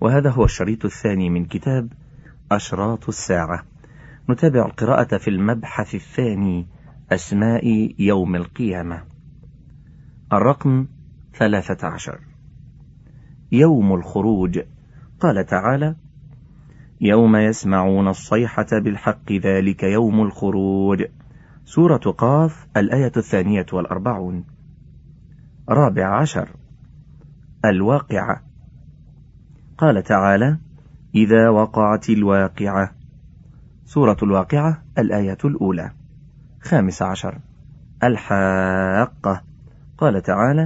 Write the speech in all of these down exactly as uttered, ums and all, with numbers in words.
وهذا هو الشريط الثاني من كتاب أشراط الساعة. نتابع القراءة في المبحث الثاني، أسماء يوم القيامة. الرقم ثلاثة عشر. يوم الخروج. قال تعالى: يوم يسمعون الصيحة بالحق ذلك يوم الخروج. سورة قاف، الآية الثانية والأربعون. رابع عشر. الواقعة. قال تعالى: إذا وقعت الواقعة. سورة الواقعة، الآية الأولى. خامس عشر. الحاقة. قال تعالى: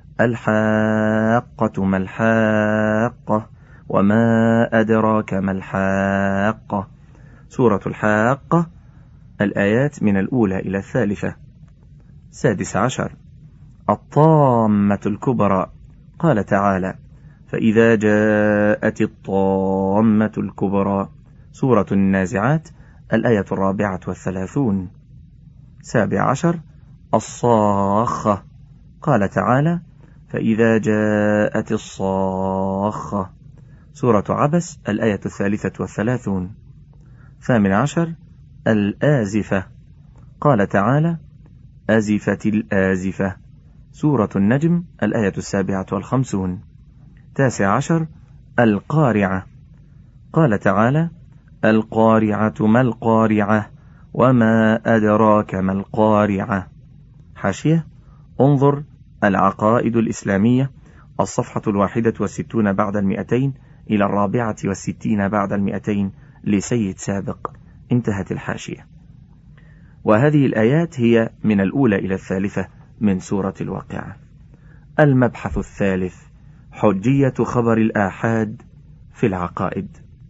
الحاقة ما الحاقة وما أدراك ما الحاقة. سورة الحاقة، الآيات من الأولى إلى الثالثة. سادس عشر. الطامة الكبرى. قال تعالى: فإذا جاءت الطامة الكبرى. سورة النازعات، الآية الرابعة والثلاثون. سابع عشر. الصاخة. قال تعالى: فإذا جاءت الصاخة. سورة عبس، الآية الثالثة والثلاثون. ثامن عشر. الآزفة. قال تعالى: أزفت الآزفة. سورة النجم، الآية السابعة والخمسون. تاسع عشر. القارعة. قال تعالى: القارعة ما القارعة وما أدراك ما القارعة. حاشية: انظر العقائد الإسلامية، الصفحة الواحدة والستون بعد المئتين إلى الرابعة والستين بعد المئتين لسيد سابق. انتهت الحاشية. وهذه الآيات هي من الأولى إلى الثالثة من سورة الواقعة. المبحث الثالث: حجية خبر الآحاد في العقائد.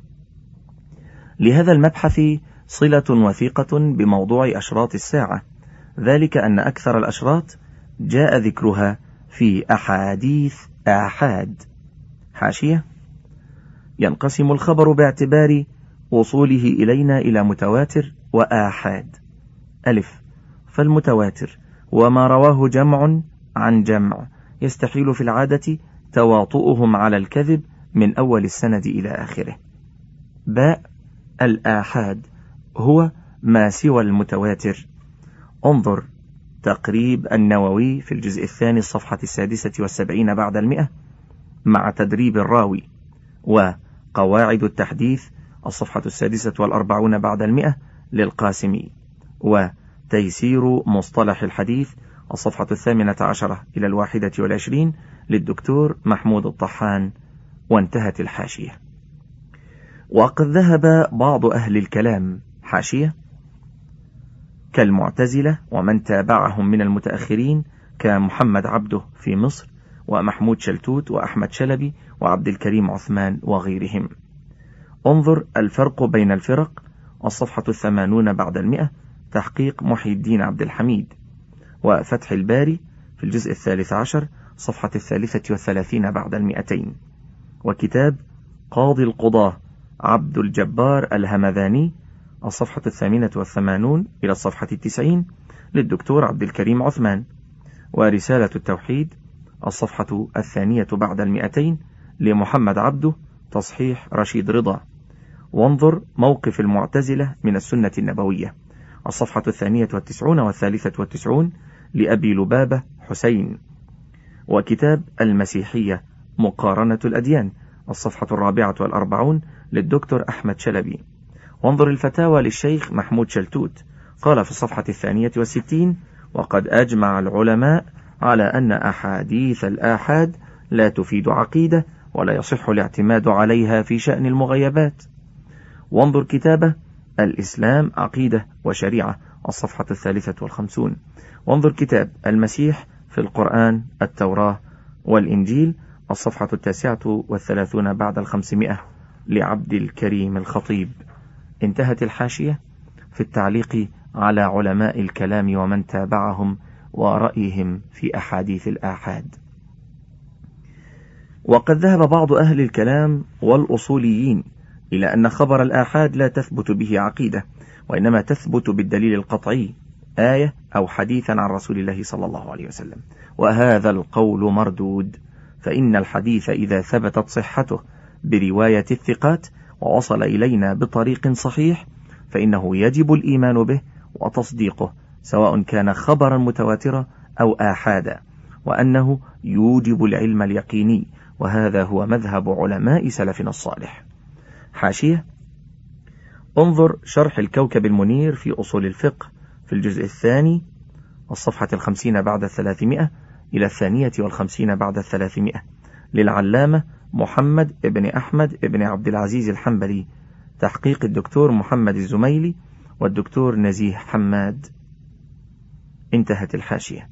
لهذا المبحث صلة وثيقة بموضوع أشراط الساعة، ذلك أن أكثر الأشراط جاء ذكرها في أحاديث آحاد. حاشية: ينقسم الخبر باعتبار وصوله إلينا إلى متواتر وآحاد. ألف: فالمتواتر وما رواه جمع عن جمع يستحيل في العادة تواطؤهم على الكذب من أول السند إلى آخره. باء: الآحاد هو ما سوى المتواتر. انظر تقريب النووي في الجزء الثاني الصفحة السادسة والسبعين بعد المئة مع تدريب الراوي، وقواعد التحديث الصفحة السادسة والأربعون بعد المئة للقاسمي، وتيسير مصطلح الحديث الصفحة الثامنة عشرة إلى الواحدة والعشرين للدكتور محمود الطحان. وانتهت الحاشية. وقد ذهب بعض أهل الكلام، حاشية، كالمعتزلة ومن تابعهم من المتأخرين كمحمد عبده في مصر ومحمود شلتوت وأحمد شلبي وعبد الكريم عثمان وغيرهم. انظر الفرق بين الفرق الصفحة الثمانون بعد المئة، تحقيق محي الدين عبد الحميد، وفتح الباري في الجزء الثالث عشر صفحة الثالثة والثلاثين بعد المئتين، وكتاب قاضي القضاة عبد الجبار الهمذاني الصفحة الثامنة والثمانون إلى الصفحة التسعين للدكتور عبد الكريم عثمان، ورسالة التوحيد الصفحة الثانية بعد المئتين لمحمد عبده تصحيح رشيد رضا. وانظر موقف المعتزلة من السنة النبوية الصفحة الثانية والتسعون والثالثة والتسعون لأبي لبابة حسين، وكتاب المسيحية مقارنة الأديان الصفحة الرابعة والأربعون للدكتور أحمد شلبي. وانظر الفتاوى للشيخ محمود شلتوت، قال في الصفحة الثانية والستين: وقد أجمع العلماء على أن أحاديث الآحاد لا تفيد عقيدة ولا يصح الاعتماد عليها في شأن المغيبات. وانظر كتابه الإسلام عقيدة وشريعة الصفحة الثالثة والخمسون. وانظر كتاب المسيح في القرآن التوراة والإنجيل الصفحة التاسعة والثلاثون بعد الخمسمائة لعبد الكريم الخطيب. انتهت الحاشية في التعليق على علماء الكلام ومن تابعهم ورأيهم في أحاديث الآحاد. وقد ذهب بعض أهل الكلام والأصوليين إلى أن خبر الآحاد لا تثبت به عقيدة، وإنما تثبت بالدليل القطعي، آية أو حديثا عن رسول الله صلى الله عليه وسلم، وهذا القول مردود، فإن الحديث إذا ثبتت صحته برواية الثقات ووصل إلينا بطريق صحيح فإنه يجب الإيمان به وتصديقه سواء كان خبرا متواترا أو آحادا، وأنه يوجب العلم اليقيني، وهذا هو مذهب علماء سلفنا الصالح. حاشية: انظر شرح الكوكب المنير في أصول الفقه في الجزء الثاني الصفحة الخمسين بعد الثلاثمائة إلى الثانية والخمسين بعد الثلاثمائة للعلامة محمد ابن أحمد ابن عبد العزيز الحنبلي، تحقيق الدكتور محمد الزميلي والدكتور نزيه حماد. انتهت الحاشية.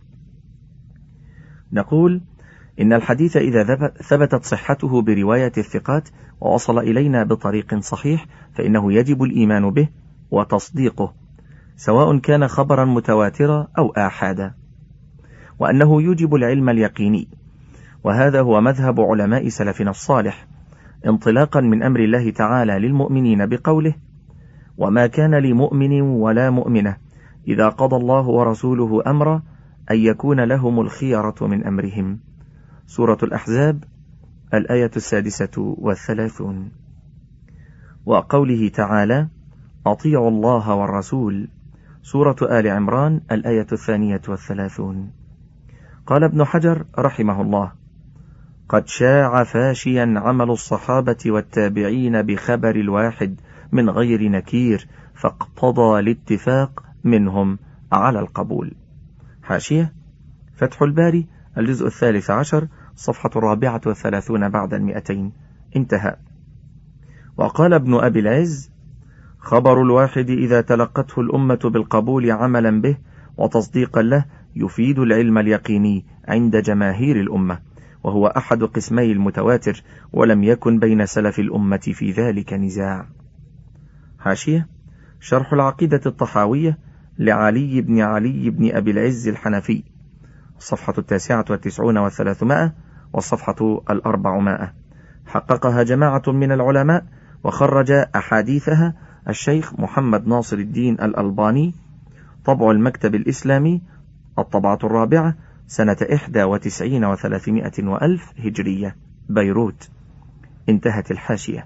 نقول إن الحديث إذا ثبتت صحته برواية الثقات ووصل إلينا بطريق صحيح فإنه يجب الإيمان به وتصديقه سواء كان خبرا متواترا أو آحادا، وأنه يوجب العلم اليقيني، وهذا هو مذهب علماء سلفنا الصالح، انطلاقا من أمر الله تعالى للمؤمنين بقوله: وما كان لمؤمن ولا مؤمنة إذا قضى الله ورسوله أمرا أن يكون لهم الخيرة من أمرهم. سورة الأحزاب الآية السادسة والثلاثون. وقوله تعالى: أطيعوا الله والرسول. سورة آل عمران الآية الثانية والثلاثون. قال ابن حجر رحمه الله: قد شاع فاشيا عمل الصحابة والتابعين بخبر الواحد من غير نكير، فاقتضى الاتفاق منهم على القبول. حاشية: فتح الباري الجزء الثالث عشر صفحة الرابعة والثلاثون بعد المئتين. انتهى. وقال ابن أبي العز: خبر الواحد إذا تلقته الأمة بالقبول عملا به وتصديقا له يفيد العلم اليقيني عند جماهير الأمة، وهو أحد قسمي المتواتر، ولم يكن بين سلف الأمة في ذلك نزاع. حاشية: شرح العقيدة الطحاوية لعلي بن علي بن أبي العز الحنفي، الصفحة التاسعة والتسعون والثلاثمائة والصفحة الأربعمائة، حققها جماعة من العلماء، وخرج أحاديثها الشيخ محمد ناصر الدين الألباني، طبع المكتب الإسلامي، الطبعة الرابعة، سنة إحدى وتسعين وثلاثمائة وألف هجرية، بيروت. انتهت الحاشية.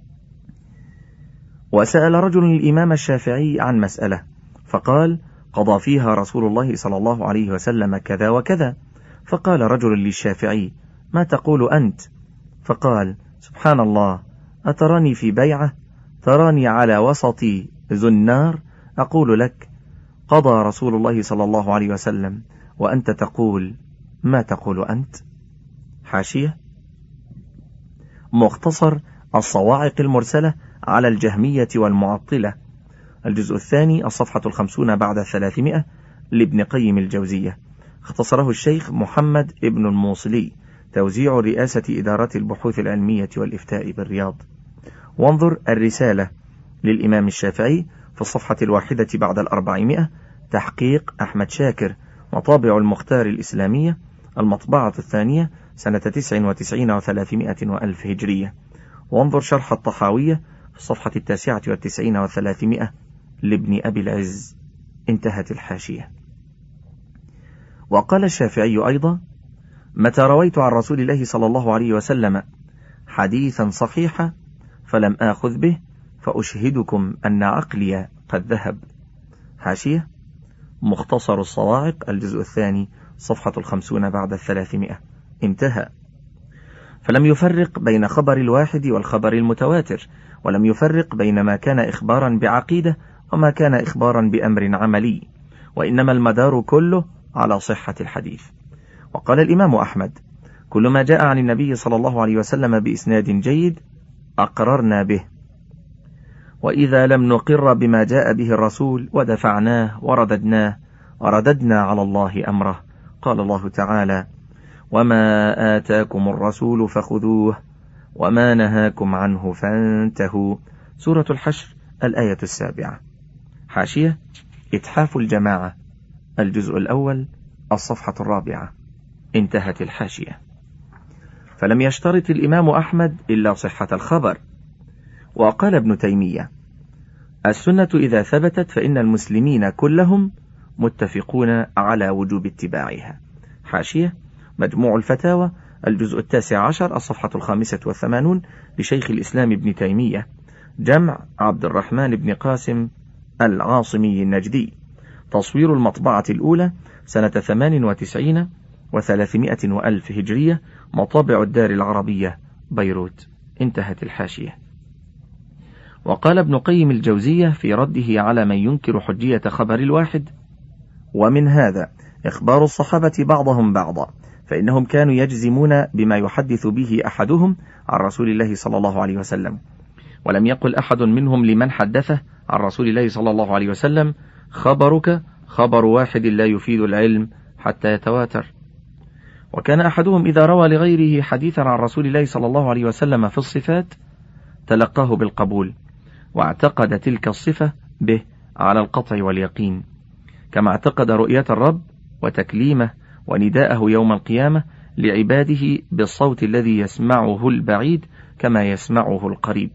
وسأل رجل الإمام الشافعي عن مسألة فقال: قضى فيها رسول الله صلى الله عليه وسلم كذا وكذا. فقال رجل للشافعي: ما تقول أنت؟ فقال: سبحان الله، أتراني في بيعة؟ تراني على وسط ذو النار أقول لك قضى رسول الله صلى الله عليه وسلم، وأنت تقول ما تقول أنت؟ حاشية: مختصر الصواعق المرسلة على الجهمية والمعطلة، الجزء الثاني الصفحة الخمسون بعد الثلاثمائة لابن قيم الجوزية، اختصره الشيخ محمد ابن الموصلي، توزيع رئاسة إدارة البحوث العلمية والإفتاء بالرياض. وانظر الرسالة للإمام الشافعي في الصفحة الواحدة بعد الأربعمائة، تحقيق أحمد شاكر، وطابع المختار الإسلامية، المطبعة الثانية، سنة تسع وتسعين وثلاثمائة وألف هجرية. وانظر شرح الطحاوية في الصفحة التاسعة والتسعين وثلاثمائة لابن أبي العز. انتهت الحاشية. وقال الشافعي أيضا: متى رويت عن رسول الله صلى الله عليه وسلم حديثا صحيحا فلم آخذ به فأشهدكم أن عقلي قد ذهب. حاشية: مختصر الصواعق الجزء الثاني صفحة الخمسون بعد الثلاثمائة. انتهى. فلم يفرق بين خبر الواحد والخبر المتواتر، ولم يفرق بين ما كان إخبارا بعقيدة وما كان إخبارا بأمر عملي، وإنما المدار كله على صحة الحديث. وقال الإمام أحمد: كل ما جاء عن النبي صلى الله عليه وسلم بإسناد جيد أقررنا به، وإذا لم نقر بما جاء به الرسول ودفعناه ورددناه ورددنا على الله أمره. قال الله تعالى: وما آتاكم الرسول فخذوه وما نهاكم عنه فانتهوا. سورة الحشر الآية السابعة. حاشية: إتحاف الجماعة، الجزء الأول الصفحة الرابعة. انتهت الحاشية. فلم يشترط الإمام أحمد إلا صحة الخبر. وقال ابن تيمية: السنة إذا ثبتت فإن المسلمين كلهم متفقون على وجوب اتباعها. حاشية: مجموع الفتاوى الجزء التاسع عشر الصفحة الخامسة والثمانون لشيخ الإسلام ابن تيمية، جمع عبد الرحمن بن قاسم العاصمي النجدي، تصوير المطبعة الأولى سنة ثمان وتسعين وثلاثمائة وألف هجرية، مطابع الدار العربية بيروت. انتهت الحاشية. وقال ابن قيم الجوزية في رده على من ينكر حجية خبر الواحد: ومن هذا إخبار الصحابة بعضهم بعضا، فإنهم كانوا يجزمون بما يحدث به أحدهم عن رسول الله صلى الله عليه وسلم، ولم يقل أحد منهم لمن حدثه عن رسول الله صلى الله عليه وسلم: خبرك خبر واحد لا يفيد العلم حتى يتواتر. وكان أحدهم إذا روى لغيره حديثا عن رسول الله صلى الله عليه وسلم في الصفات تلقاه بالقبول، واعتقد تلك الصفة به على القطع واليقين، كما اعتقد رؤية الرب وتكليمه ونداءه يوم القيامة لعباده بالصوت الذي يسمعه البعيد كما يسمعه القريب،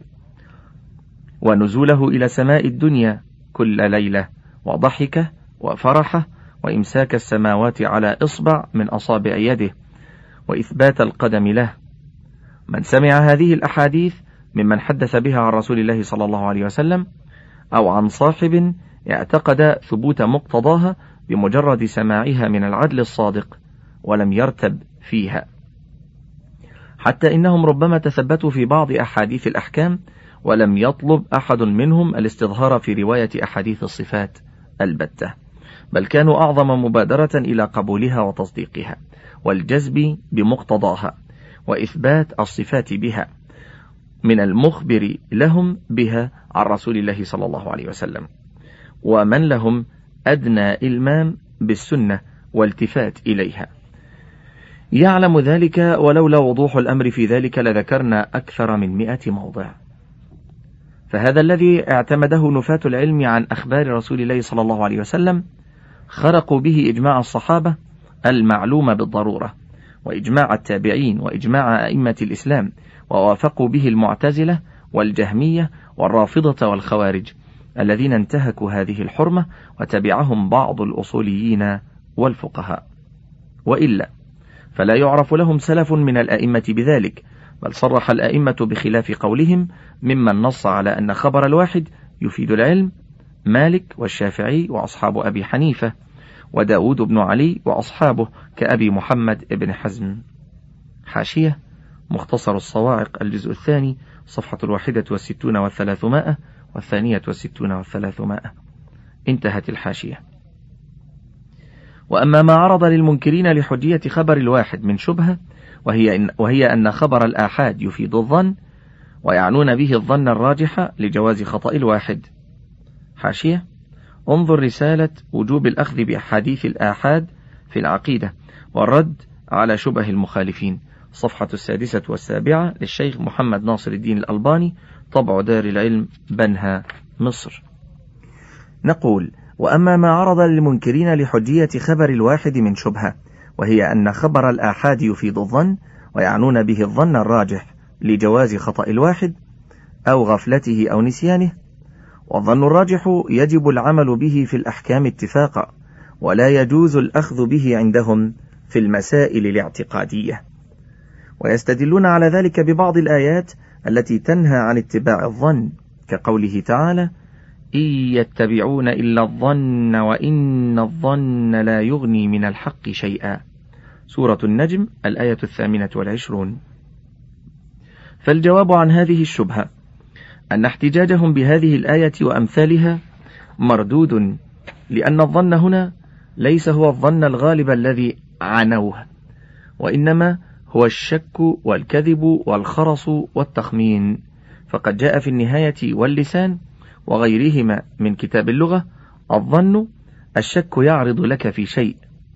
ونزوله إلى سماء الدنيا كل ليلة، وضحكه وفرحه، وإمساك السماوات على إصبع من أصابع يده، وإثبات القدم له. من سمع هذه الأحاديث ممن حدث بها عن رسول الله صلى الله عليه وسلم أو عن صاحب اعتقد ثبوت مقتضاها بمجرد سماعها من العدل الصادق، ولم يرتب فيها، حتى إنهم ربما تثبتوا في بعض أحاديث الأحكام، ولم يطلب أحد منهم الاستظهار في رواية أحاديث الصفات البتة، بل كانوا أعظم مبادرة إلى قبولها وتصديقها والجذب بمقتضاها وإثبات الصفات بها من المخبر لهم بها عن رسول الله صلى الله عليه وسلم، ومن لهم أدنى إلمام بالسنة والتفات إليها يعلم ذلك، ولولا وضوح الأمر في ذلك لذكرنا أكثر من مئة موضع. فهذا الذي اعتمده نفاة العلم عن أخبار رسول الله صلى الله عليه وسلم خرقوا به إجماع الصحابة المعلوم بالضرورة، وإجماع التابعين، وإجماع أئمة الإسلام، ووافقوا به المعتزلة والجهمية والرافضة والخوارج الذين انتهكوا هذه الحرمة، وتبعهم بعض الأصوليين والفقهاء. وإلا فلا يعرف لهم سلف من الأئمة بذلك، بل صرح الأئمة بخلاف قولهم ممن نص على أن خبر الواحد يفيد العلم: مالك والشافعي وأصحاب أبي حنيفة، وداود بن علي وأصحابه كأبي محمد بن حزم. حاشية مختصر الصواعق الجزء الثاني صفحة الواحدة والستون والثلاثمائة والثانية والستون والثلاثمائة. انتهت الحاشية. وأما ما عرض للمنكرين لحجية خبر الواحد من شبهة، وهي إن, وهي أن خبر الآحاد يفيد الظن، ويعنون به الظن الراجح لجواز خطأ الواحد. حاشية انظر رسالة وجوب الأخذ بأحاديث الآحاد في العقيدة والرد على شبه المخالفين، صفحة السادسة والسابعة للشيخ محمد ناصر الدين الألباني، طبع دار العلم بنها مصر. نقول: وأما ما عرض للمنكرين لحجية خبر الواحد من شبهة، وهي أن خبر الآحاد يفيد الظن، ويعنون به الظن الراجح لجواز خطأ الواحد أو غفلته أو نسيانه، والظن الراجح يجب العمل به في الأحكام اتفاقا، ولا يجوز الأخذ به عندهم في المسائل الاعتقادية. ويستدلون على ذلك ببعض الآيات التي تنهى عن اتباع الظن، كقوله تعالى: إن يتبعون إلا الظن وإن الظن لا يغني من الحق شيئا، سورة النجم الآية الثامنة والعشرون. فالجواب عن هذه الشبهة أن احتجاجهم بهذه الآية وأمثالها مردود، لأن الظن هنا ليس هو الظن الغالب الذي عنوه، وإنما هو الشك والكذب والخرص والتخمين. فقد جاء في النهاية واللسان وغيرهما من كتاب اللغة: الظن الشك يعرض لك في شيء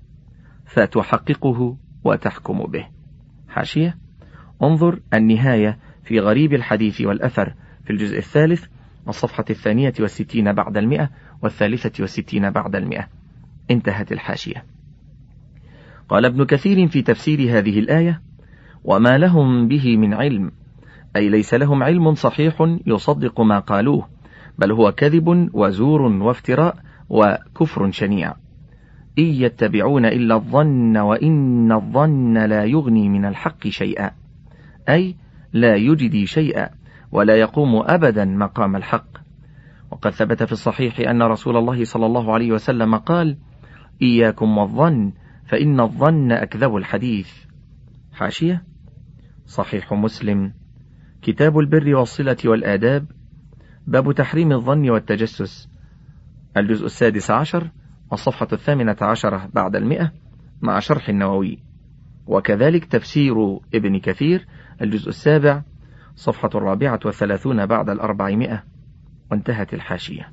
فتحققه وتحكم به. حاشية انظر النهاية في غريب الحديث والأثر في الجزء الثالث الصفحة الثانية والستين بعد المئة والثالثة والستين بعد المئة. انتهت الحاشية. قال ابن كثير في تفسير هذه الآية: وما لهم به من علم، أي ليس لهم علم صحيح يصدق ما قالوه، بل هو كذب وزور وافتراء وكفر شنيع. إن يتبعون إلا الظن وإن الظن لا يغني من الحق شيئا، أي لا يجدي شيئا ولا يقوم أبدا مقام الحق. وقد ثبت في الصحيح أن رسول الله صلى الله عليه وسلم قال: إياكم والظن فإن الظن أكذب الحديث. حاشية: صحيح مسلم، كتاب البر والصلة والآداب، باب تحريم الظن والتجسس، الجزء السادس عشر، الصفحة الثامنة عشرة بعد المئة، مع شرح النووي. وكذلك تفسير ابن كثير، الجزء السابع، صفحة الرابعة والثلاثون بعد الأربعمائة. وانتهت الحاشية.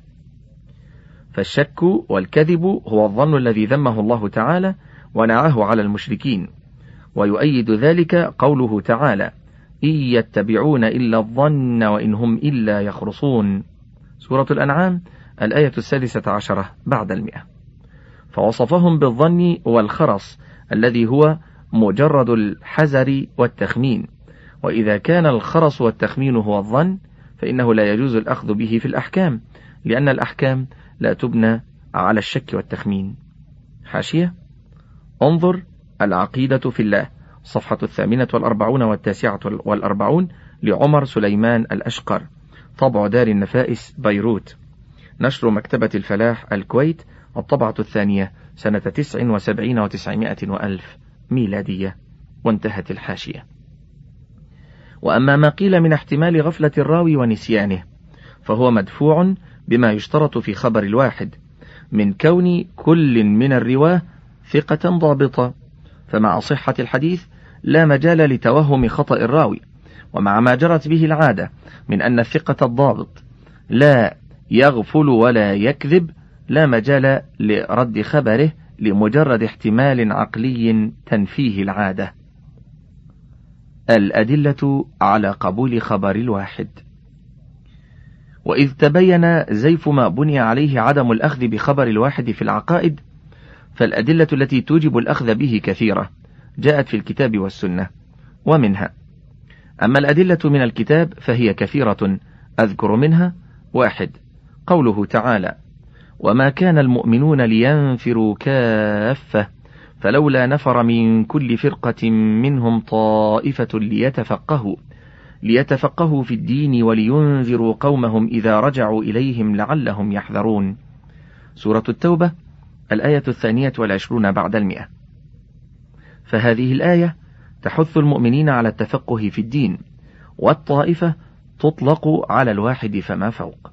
فالشك والكذب هو الظن الذي ذمه الله تعالى ونعاه على المشركين، ويؤيد ذلك قوله تعالى: إن يتبعون إلا الظن وإن هم إلا يخرصون، سورة الأنعام الآية السادسة عشرة بعد المئة. فوصفهم بالظن والخرص الذي هو مجرد الحذر والتخمين. وإذا كان الخرص والتخمين هو الظن فإنه لا يجوز الأخذ به في الأحكام، لأن الأحكام لا تبنى على الشك والتخمين. حاشية: انظر العقيدة في الله، صفحة الثامنة والأربعون والتاسعة والأربعون، لعمر سليمان الأشقر، طبع دار النفائس بيروت، نشر مكتبة الفلاح الكويت، الطبعة الثانية سنة تسع وسبعين وتسعمائة وألف ميلادية. وانتهت الحاشية. وأما ما قيل من احتمال غفلة الراوي ونسيانه فهو مدفوع بما يشترط في خبر الواحد من كون كل من الرواه ثقة ضابطة، فمع صحة الحديث لا مجال لتوهم خطأ الراوي، ومع ما جرت به العادة من أن الثقة الضابط لا يغفل ولا يكذب لا مجال لرد خبره لمجرد احتمال عقلي تنفيه العادة. الأدلة على قبول خبر الواحد. وإذ تبين زيف ما بني عليه عدم الأخذ بخبر الواحد في العقائد، فالأدلة التي توجب الأخذ به كثيرة جاءت في الكتاب والسنة، ومنها: أما الأدلة من الكتاب فهي كثيرة، أذكر منها: واحد، قوله تعالى: وما كان المؤمنون لينفروا كافة فلولا نفر من كل فرقة منهم طائفة ليتفقهوا ليتفقهوا في الدين ولينذروا قومهم إذا رجعوا إليهم لعلهم يحذرون، سورة التوبة الآية الثانية والعشرون بعد المئة. فهذه الآية تحث المؤمنين على التفقه في الدين، والطائفة تطلق على الواحد فما فوق.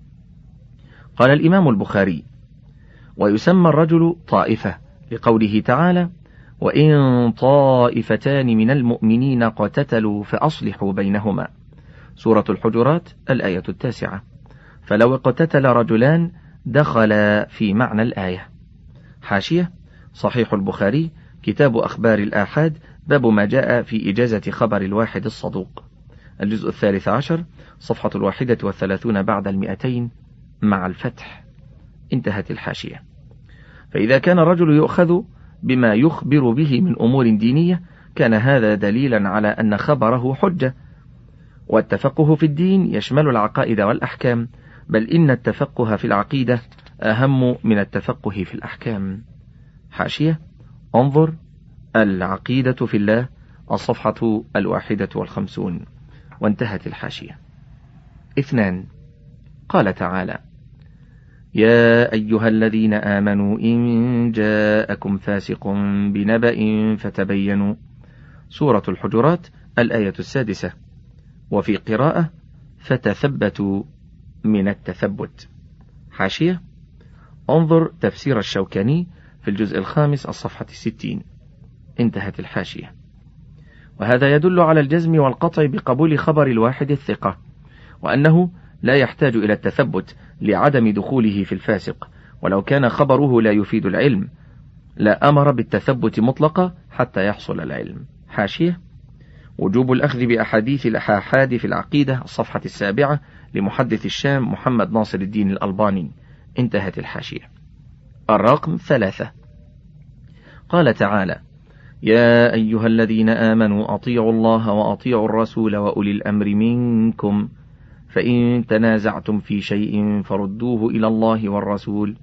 قال الإمام البخاري: ويسمى الرجل طائفة لقوله تعالى: وإن طائفتان من المؤمنين اقتتلوا فأصلحوا بينهما، سورة الحجرات الآية التاسعة. فلو اقتتل رجلان دخل في معنى الآية. حاشية: صحيح البخاري، كتاب أخبار الآحاد، باب ما جاء في إجازة خبر الواحد الصدوق، الجزء الثالث عشر، صفحة الواحدة والثلاثون بعد المئتين مع الفتح. انتهت الحاشية. فإذا كان الرجل يؤخذ بما يخبر به من أمور دينية كان هذا دليلا على أن خبره حجة. والتفقه في الدين يشمل العقائد والأحكام، بل إن التفقه في العقيدة أهم من التفقه في الأحكام. حاشية: انظر العقيدة في الله، الصفحة الواحدة والخمسون. وانتهت الحاشية. اثنان، قال تعالى: يا أيها الذين آمنوا إن جاءكم فاسق بنبأ فتبينوا، سورة الحجرات الآية السادسة. وفي قراءة: فتثبتوا من التثبت. حاشية: انظر تفسير الشوكاني في الجزء الخامس الصفحة الستين. انتهت الحاشية. وهذا يدل على الجزم والقطع بقبول خبر الواحد الثقة، وأنه لا يحتاج إلى التثبت لعدم دخوله في الفاسق، ولو كان خبره لا يفيد العلم لا أمر بالتثبت مطلقا حتى يحصل العلم. حاشية: وجوب الأخذ بأحاديث الآحاد في العقيدة، الصفحة السابعة، لمحدث الشام محمد ناصر الدين الألباني. انتهت الحاشية. الرقم ثلاثة، قال تعالى: يا أيها الذين آمنوا أطيعوا الله وأطيعوا الرسول وأولي الأمر منكم فإن تنازعتم في شيء فردوه إلى الله والرسول،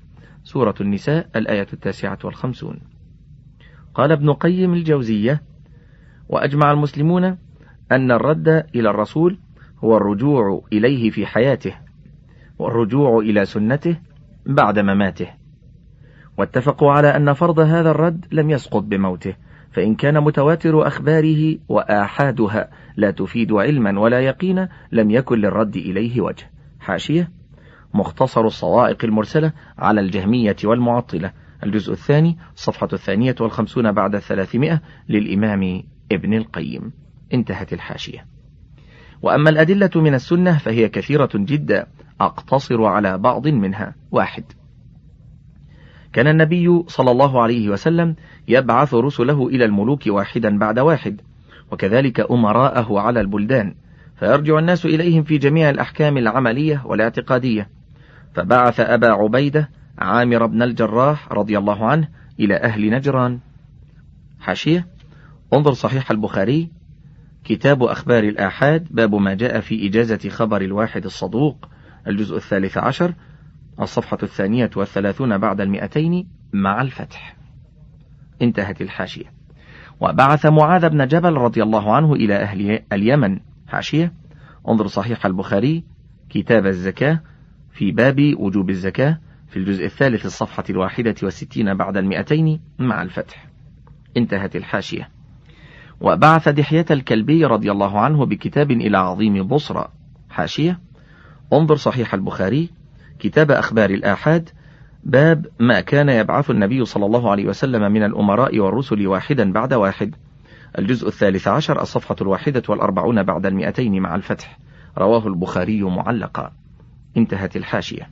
سورة النساء الآية التاسعة والخمسون. قال ابن قيم الجوزية: وأجمع المسلمون أن الرد إلى الرسول هو الرجوع إليه في حياته، والرجوع إلى سنته بعد مماته، واتفقوا على أن فرض هذا الرد لم يسقط بموته، فإن كان متواتر أخباره وآحادها لا تفيد علما ولا يقينا لم يكن للرد إليه وجه. حاشية: مختصر الصواعق المرسلة على الجهمية والمعطلة، الجزء الثاني صفحة الثانية والخمسون بعد الثلاثمائة، للإمام ابن القيم. انتهت الحاشية. وأما الأدلة من السنة فهي كثيرة جدا، أقتصر على بعض منها. واحد: كان النبي صلى الله عليه وسلم يبعث رسله إلى الملوك واحدا بعد واحد، وكذلك أمراءه على البلدان، فيرجع الناس إليهم في جميع الأحكام العملية والاعتقادية. فبعث أبا عبيدة عامر بن الجراح رضي الله عنه إلى أهل نجران. حاشية: انظر صحيح البخاري كتاب أخبار الآحاد، باب ما جاء في إجازة خبر الواحد الصدوق، الجزء الثالث عشر، الصفحة الثانية والثلاثون بعد المئتين مع الفتح. انتهت الحاشية. وبعث معاذ بن جبل رضي الله عنه إلى أهل اليمن. حاشية: انظر صحيح البخاري كتاب الزكاة في باب وجوب الزكاة، في الجزء الثالث الصفحة الواحدة والستين بعد المئتين مع الفتح. انتهت الحاشية. وبعث دحية الكلبي رضي الله عنه بكتاب إلى عظيم بصرى. حاشية: انظر صحيح البخاري كتاب أخبار الآحاد، باب ما كان يبعث النبي صلى الله عليه وسلم من الأمراء والرسل واحدا بعد واحد، الجزء الثالث عشر الصفحة الواحدة والأربعون بعد المئتين مع الفتح، رواه البخاري معلقا. انتهت الحاشية.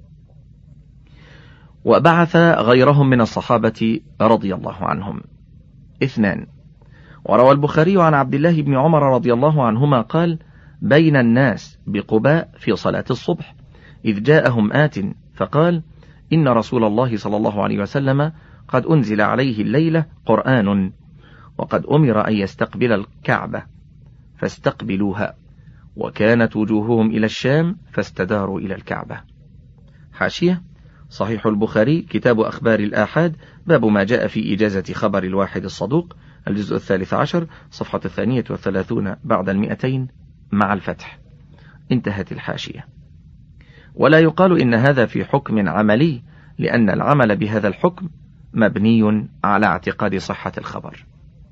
وبعث غيرهم من الصحابة رضي الله عنهم. اثنان: وروى البخاري عن عبد الله بن عمر رضي الله عنهما قال: بين الناس بقباء في صلاة الصبح إذ جاءهم آت فقال: إن رسول الله صلى الله عليه وسلم قد أنزل عليه الليلة قرآن، وقد أمر أن يستقبل الكعبة فاستقبلوها، وكانت وجوههم إلى الشام فاستداروا إلى الكعبة. حاشية: صحيح البخاري كتاب أخبار الآحاد، باب ما جاء في إجازة خبر الواحد الصدوق، الجزء الثالث عشر صفحة الثانية والثلاثون بعد المئتين مع الفتح. انتهت الحاشية. ولا يقال إن هذا في حكم عملي، لأن العمل بهذا الحكم مبني على اعتقاد صحة الخبر.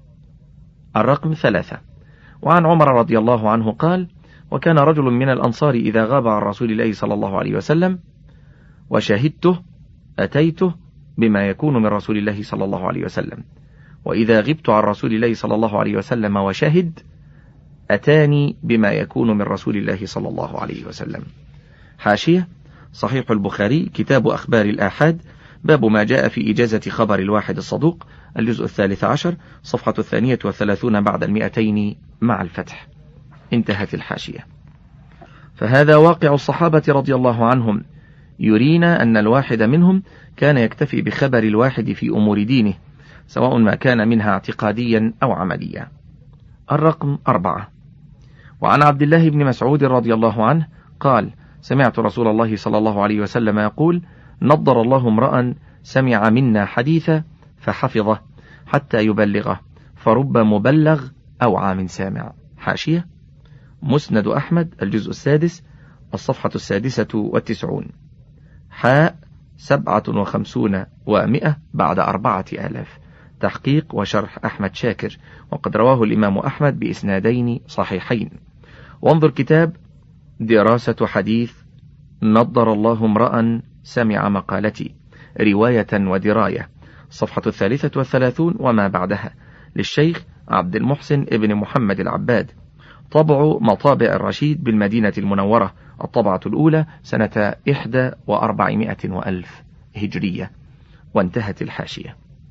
الرقم ثلاثة: وعن عمر رضي الله عنه قال: وكان رجل من الأنصار إذا غاب عن رسول الله صلى الله عليه وسلم وشهدته أتيته بما يكون من رسول الله صلى الله عليه وسلم، وإذا غبت عن رسول الله صلى الله عليه وسلم وشهد أتاني بما يكون من رسول الله صلى الله عليه وسلم. حاشية: صحيح البخاري كتاب أخبار الآحاد، باب ما جاء في إجازة خبر الواحد الصدوق، الجزء الثالث عشر صفحة الثانية والثلاثون بعد المئتين مع الفتح. انتهت الحاشية. فهذا واقع الصحابة رضي الله عنهم، يرينا أن الواحد منهم كان يكتفي بخبر الواحد في أمور دينه، سواء ما كان منها اعتقاديا أو عمليا. الرقم أربعة: وعن عبد الله بن مسعود رضي الله عنه قال: سمعت رسول الله صلى الله عليه وسلم يقول: نضر الله امرأ سمع منا حديثا فحفظه حتى يبلغه، فرب مبلغ أو عام سامع. حاشية: مسند أحمد الجزء السادس الصفحة السادسة والتسعون، حاء سبعة وخمسون ومئة بعد أربعة آلاف، تحقيق وشرح أحمد شاكر، وقد رواه الإمام أحمد بإسنادين صحيحين. وانظر كتاب دراسة حديث نضر الله امرأ سمع مقالتي، رواية ودراية، صفحة الثالثة والثلاثون وما بعدها، للشيخ عبد المحسن ابن محمد العباد، طبع مطابع الرشيد بالمدينة المنورة، الطبعة الأولى سنة إحدى وأربعمائة وألف هجرية. وانتهت الحاشية.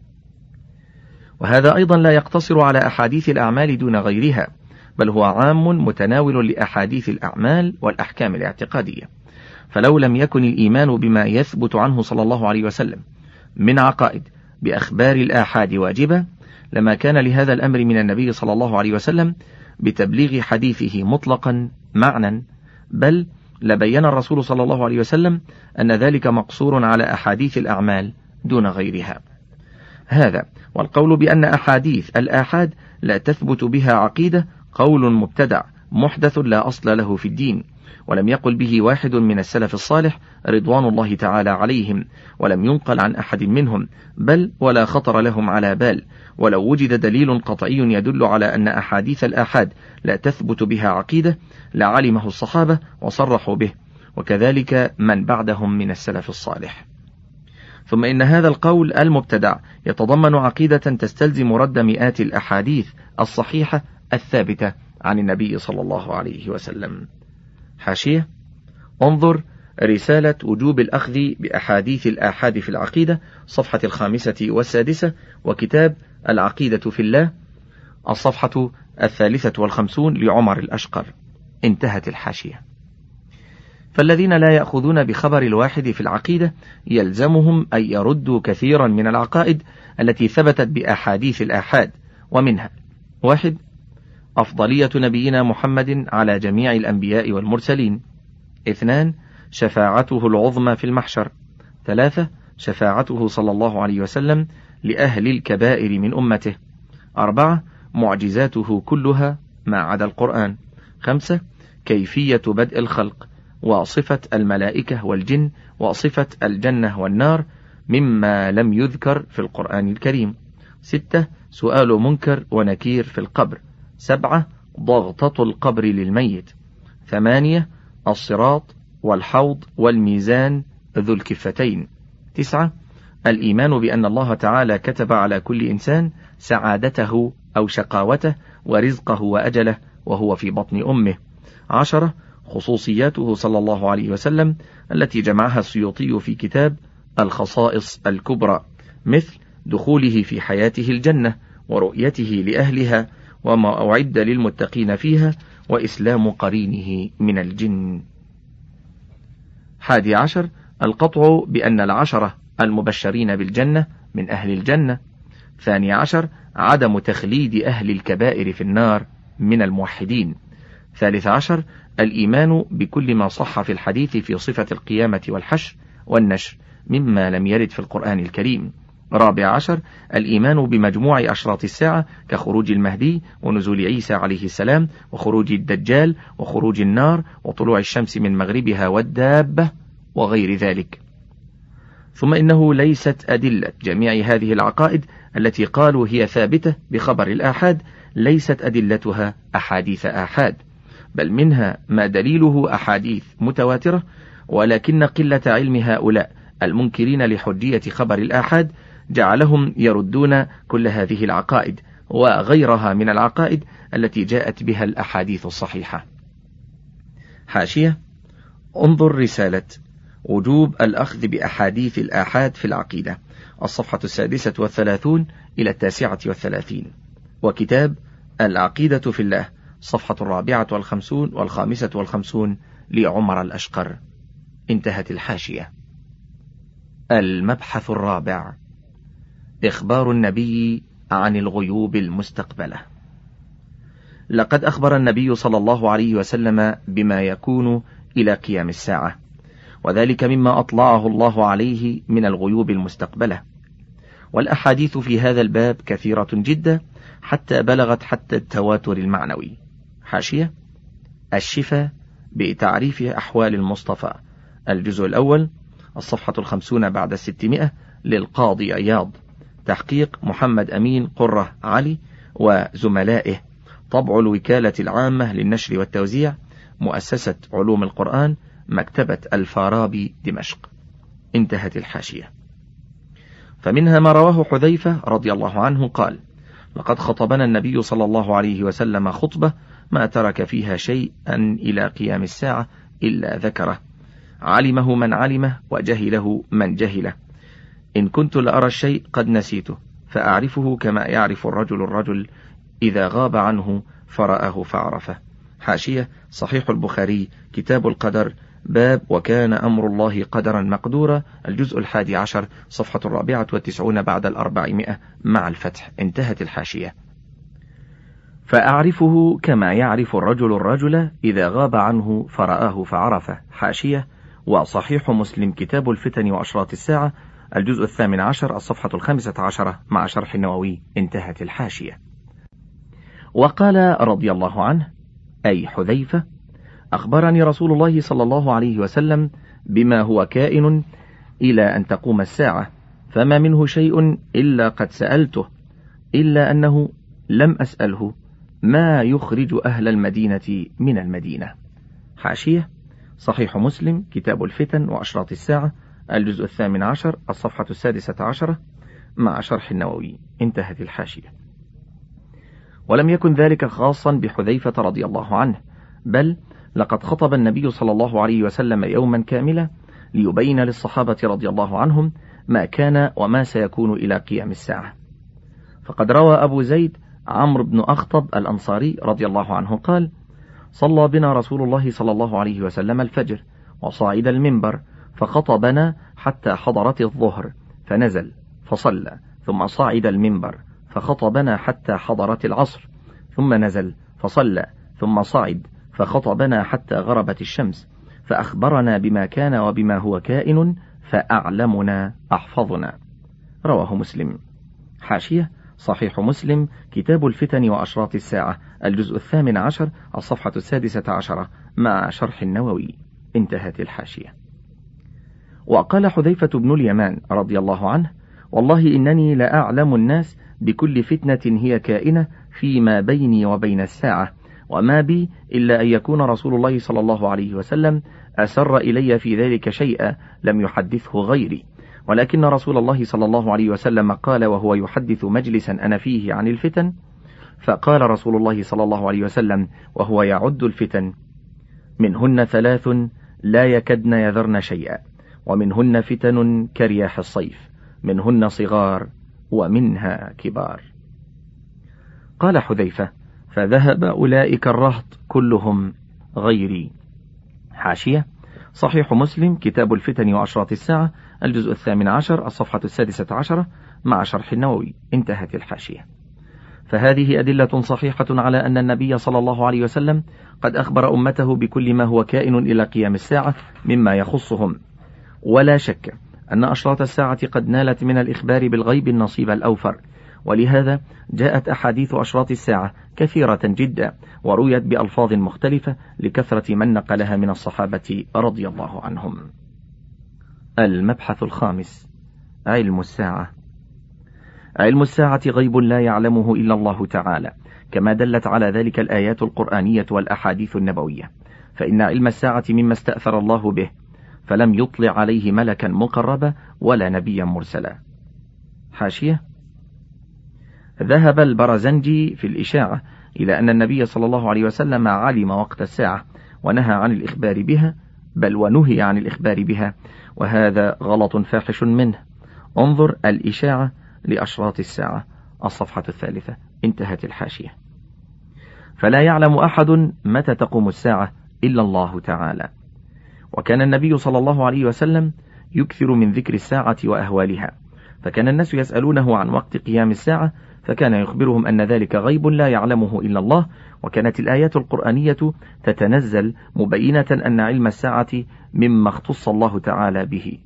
وهذا أيضا لا يقتصر على أحاديث الأعمال دون غيرها، بل هو عام متناول لأحاديث الأعمال والأحكام الاعتقادية. فلو لم يكن الإيمان بما يثبت عنه صلى الله عليه وسلم من عقائد بأخبار الآحاد واجبة، لما كان لهذا الأمر من النبي صلى الله عليه وسلم بتبليغ حديثه مطلقا معنى، بل لبين الرسول صلى الله عليه وسلم أن ذلك مقصور على أحاديث الأعمال دون غيرها. هذا والقول بأن أحاديث الآحاد لا تثبت بها عقيدة قول مبتدع محدث لا أصل له في الدين، ولم يقل به واحد من السلف الصالح رضوان الله تعالى عليهم، ولم ينقل عن أحد منهم، بل ولا خطر لهم على بال. ولو وجد دليل قطعي يدل على أن أحاديث الآحاد لا تثبت بها عقيدة لعلمه الصحابة وصرحوا به، وكذلك من بعدهم من السلف الصالح. ثم إن هذا القول المبتدع يتضمن عقيدة تستلزم رد مئات الأحاديث الصحيحة الثابتة عن النبي صلى الله عليه وسلم. حاشية: انظر رسالة وجوب الأخذ بأحاديث الآحاد في العقيدة، صفحة الخامسة والسادسة، وكتاب العقيدة في الله، الصفحة الثالثة والخمسون لعمر الأشقر. انتهت الحاشية. فالذين لا يأخذون بخبر الواحد في العقيدة يلزمهم أن يردوا كثيرا من العقائد التي ثبتت بأحاديث الآحاد، ومنها: واحد، أفضلية نبينا محمد على جميع الأنبياء والمرسلين. اثنان، شفاعته العظمى في المحشر. ثلاثة، شفاعته صلى الله عليه وسلم لأهل الكبائر من أمته. أربعة، معجزاته كلها ما عدا القرآن. خمسة، كيفية بدء الخلق، وصفة الملائكة والجن، وصفة الجنة والنار مما لم يذكر في القرآن الكريم. ستة، سؤال منكر ونكير في القبر. سبعة، ضغطة القبر للميت. ثمانية، الصراط والحوض والميزان ذو الكفتين. تسعة، الإيمان بأن الله تعالى كتب على كل إنسان سعادته أو شقاوته ورزقه وأجله وهو في بطن أمه. عشرة، خصوصياته صلى الله عليه وسلم التي جمعها السيوطي في كتاب الخصائص الكبرى، مثل دخوله في حياته الجنة ورؤيته لأهلها وما أعد للمتقين فيها وإسلام قرينه من الجن. حادي عشر، القطع بأن العشرة المبشرين بالجنة من أهل الجنة. ثاني عشر، عدم تخليد أهل الكبائر في النار من الموحدين. ثالث عشر، الإيمان بكل ما صح في الحديث في صفة القيامة والحشر والنشر مما لم يرد في القرآن الكريم. رابع عشر، الإيمان بمجموع أشراط الساعة كخروج المهدي ونزول عيسى عليه السلام وخروج الدجال وخروج النار وطلوع الشمس من مغربها والدابة وغير ذلك. ثم إنه ليست أدلة جميع هذه العقائد التي قالوا هي ثابتة بخبر الآحاد ليست أدلتها أحاديث آحاد، بل منها ما دليله أحاديث متواترة، ولكن قلة علم هؤلاء المنكرين لحجية خبر الآحاد جعلهم يردون كل هذه العقائد وغيرها من العقائد التي جاءت بها الأحاديث الصحيحة. حاشية: انظر رسالة وجوب الأخذ بأحاديث الآحاد في العقيدة، الصفحة السادسة والثلاثون إلى التاسعة والثلاثين، وكتاب العقيدة في الله، صفحة الرابعة والخمسون والخامسة والخمسون لعمر الأشقر. انتهت الحاشية. المبحث الرابع: إخبار النبي عن الغيوب المستقبلة. لقد أخبر النبي صلى الله عليه وسلم بما يكون إلى قيام الساعة، وذلك مما أطلعه الله عليه من الغيوب المستقبلة، والأحاديث في هذا الباب كثيرة جدا حتى بلغت حتى التواتر المعنوي. حاشية: الشفاء بتعريف أحوال المصطفى، الجزء الأول، الصفحة الخمسون بعد الستمائة، للقاضي عياض، تحقيق محمد أمين قرة علي وزملائه، طبع الوكالة العامة للنشر والتوزيع، مؤسسة علوم القرآن، مكتبة الفارابي، دمشق. انتهت الحاشية. فمنها ما رواه حذيفة رضي الله عنه قال: لقد خطبنا النبي صلى الله عليه وسلم خطبة ما ترك فيها شيئا إلى قيام الساعة إلا ذكره، علمه من علمه وجهله من جهله. إن كنت لأرى الشيء قد نسيته فأعرفه كما يعرف الرجل الرجل إذا غاب عنه فرآه فعرفه. حاشية: صحيح البخاري، كتاب القدر، باب وكان أمر الله قدرا مقدورا، الجزء الحادي عشر، صفحة الرابعة والتسعون بعد الأربعمائة مع الفتح. انتهت الحاشية. فأعرفه كما يعرف الرجل الرجل إذا غاب عنه فرآه فعرفه. حاشية. وصحيح مسلم كتاب الفتن وأشراط الساعة الجزء الثامن عشر الصفحة الخامسة عشرة مع شرح النووي. انتهت الحاشية. وقال رضي الله عنه أي حذيفة: أخبرني رسول الله صلى الله عليه وسلم بما هو كائن إلى أن تقوم الساعة، فما منه شيء إلا قد سألته، إلا أنه لم أسأله ما يخرج أهل المدينة من المدينة. حاشية. صحيح مسلم كتاب الفتن وأشراط الساعة الجزء الثامن عشر الصفحة السادسة عشرة مع شرح النووي. انتهت الحاشية. ولم يكن ذلك خاصا بحذيفة رضي الله عنه، بل لقد خطب النبي صلى الله عليه وسلم يوما كاملا ليبين للصحابة رضي الله عنهم ما كان وما سيكون إلى قيام الساعة. فقد روى أبو زيد عمرو بن أخطب الأنصاري رضي الله عنه قال: صلى بنا رسول الله صلى الله عليه وسلم الفجر وصعد المنبر فخطبنا حتى حضرت الظهر فنزل فصلى، ثم صعد المنبر فخطبنا حتى حضرت العصر ثم نزل فصلى، ثم صعد فخطبنا حتى غربت الشمس، فأخبرنا بما كان وبما هو كائن، فأعلمنا أحفظنا. رواه مسلم. حاشية. صحيح مسلم كتاب الفتن وأشراط الساعة الجزء الثامن عشر الصفحة السادسة عشرة مع شرح النووي. انتهت الحاشية. وقال حذيفة بن اليمان رضي الله عنه: والله إنني لأعلم الناس بكل فتنة هي كائنة فيما بيني وبين الساعة، وما بي إلا أن يكون رسول الله صلى الله عليه وسلم أسر إلي في ذلك شيئا لم يحدثه غيري، ولكن رسول الله صلى الله عليه وسلم قال وهو يحدث مجلسا أنا فيه عن الفتن، فقال رسول الله صلى الله عليه وسلم وهو يعد الفتن: منهن ثلاث لا يكدن يذرن شيئا، ومنهن فتن كرياح الصيف، منهن صغار ومنها كبار. قال حذيفة: فذهب أولئك الرهط كلهم غيري. حاشية. صحيح مسلم كتاب الفتن وأشراط الساعة الجزء الثامن عشر الصفحة السادسة عشرة مع شرح النووي. انتهت الحاشية. فهذه أدلة صحيحة على أن النبي صلى الله عليه وسلم قد أخبر أمته بكل ما هو كائن إلى قيام الساعة مما يخصهم، ولا شك أن أشراط الساعة قد نالت من الإخبار بالغيب النصيب الأوفر، ولهذا جاءت أحاديث أشراط الساعة كثيرة جدا ورويت بألفاظ مختلفة لكثرة من نقلها من الصحابة رضي الله عنهم. المبحث الخامس: علم الساعة. علم الساعة غيب لا يعلمه إلا الله تعالى، كما دلت على ذلك الآيات القرآنية والأحاديث النبوية، فإن علم الساعة مما استأثر الله به، فلم يطلع عليه ملكا مقربا ولا نبيا مرسلا. حاشية. ذهب البرزنجي في الإشاعة إلى أن النبي صلى الله عليه وسلم علم وقت الساعة ونهى عن الإخبار بها، بل ونهي عن الإخبار بها، وهذا غلط فاحش منه. انظر الإشاعة لأشراط الساعة الصفحة الثالثة. انتهت الحاشية. فلا يعلم أحد متى تقوم الساعة إلا الله تعالى. وكان النبي صلى الله عليه وسلم يكثر من ذكر الساعة وأهوالها، فكان الناس يسألونه عن وقت قيام الساعة، فكان يخبرهم أن ذلك غيب لا يعلمه إلا الله، وكانت الآيات القرآنية تتنزل مبينة أن علم الساعة مما اختص الله تعالى به.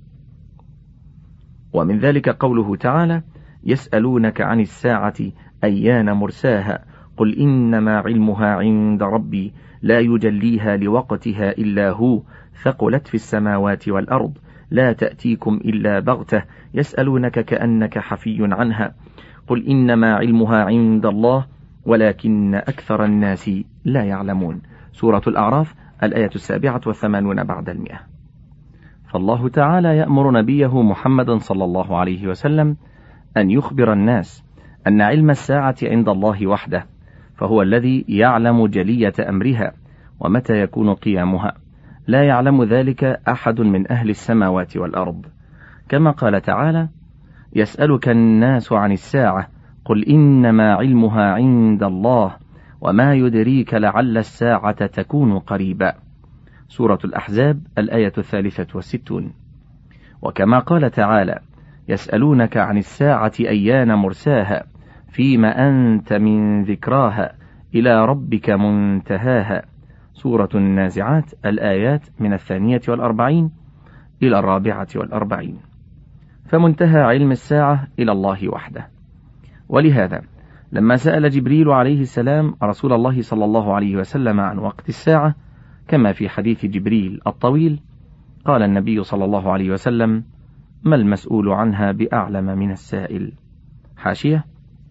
ومن ذلك قوله تعالى: يسألونك عن الساعة أيان مرساها قل إنما علمها عند ربي لا يجليها لوقتها إلا هو ثقلت في السماوات والأرض لا تأتيكم إلا بغتة يسألونك كأنك حفي عنها قل إنما علمها عند الله ولكن أكثر الناس لا يعلمون. سورة الأعراف الآية السابعة والثمانون بعد المئة. فالله تعالى يأمر نبيه محمد صلى الله عليه وسلم أن يخبر الناس أن علم الساعة عند الله وحده، فهو الذي يعلم جلية أمرها ومتى يكون قيامها، لا يعلم ذلك أحد من أهل السماوات والأرض، كما قال تعالى: يسألك الناس عن الساعة قل إنما علمها عند الله وما يدريك لعل الساعة تكون قريبا. سورة الأحزاب الآية الثالثة والستون. وكما قال تعالى: يسألونك عن الساعة أيان مرساها فيما أنت من ذكراها إلى ربك منتهاها، سورة النازعات، الآيات من الثانية والأربعين إلى الرابعة والأربعين. فمنتهى علم الساعة إلى الله وحده. ولهذا لما سأل جبريل عليه السلام رسول الله صلى الله عليه وسلم عن وقت الساعة كما في حديث جبريل الطويل، قال النبي صلى الله عليه وسلم: ما المسؤول عنها بأعلم من السائل. حاشية: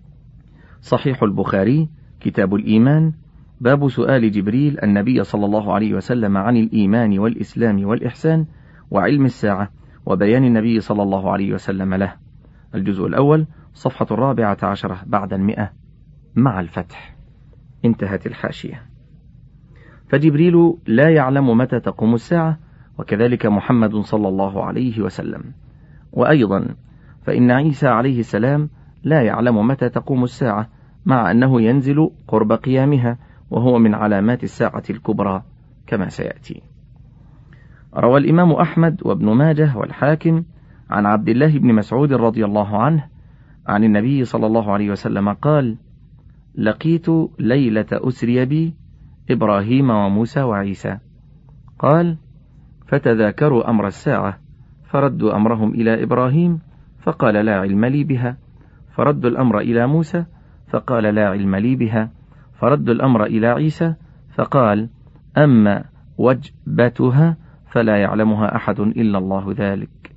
صحيح البخاري كتاب الإيمان، باب سؤال جبريل النبي صلى الله عليه وسلم عن الإيمان والإسلام والإحسان وعلم الساعة وبيان النبي صلى الله عليه وسلم له، الجزء الأول صفحة الرابعة عشرة بعد المئة مع الفتح. انتهت الحاشية. فجبريل لا يعلم متى تقوم الساعة، وكذلك محمد صلى الله عليه وسلم. وأيضا فإن عيسى عليه السلام لا يعلم متى تقوم الساعة، مع أنه ينزل قرب قيامها، وهو من علامات الساعة الكبرى كما سيأتي. روى الإمام أحمد وابن ماجه والحاكم عن عبد الله بن مسعود رضي الله عنه عن النبي صلى الله عليه وسلم قال: لقيت ليلة أسري بي إبراهيم وموسى وعيسى. قال: فتذاكروا أمر الساعة، فردوا أمرهم إلى إبراهيم فقال: لا علم لي بها، فردوا الأمر إلى موسى فقال: لا علم لي بها، فردوا الأمر إلى عيسى فقال: أما وجبتها فلا يعلمها أحد إلا الله ذلك.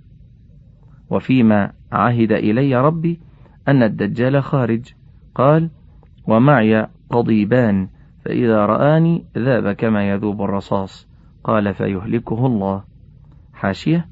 وفيما عهد إلي ربي أن الدجال خارج، قال: ومعي قضيبان فإذا رآني ذاب كما يذوب الرصاص، قال: فيهلكه الله. حاشية: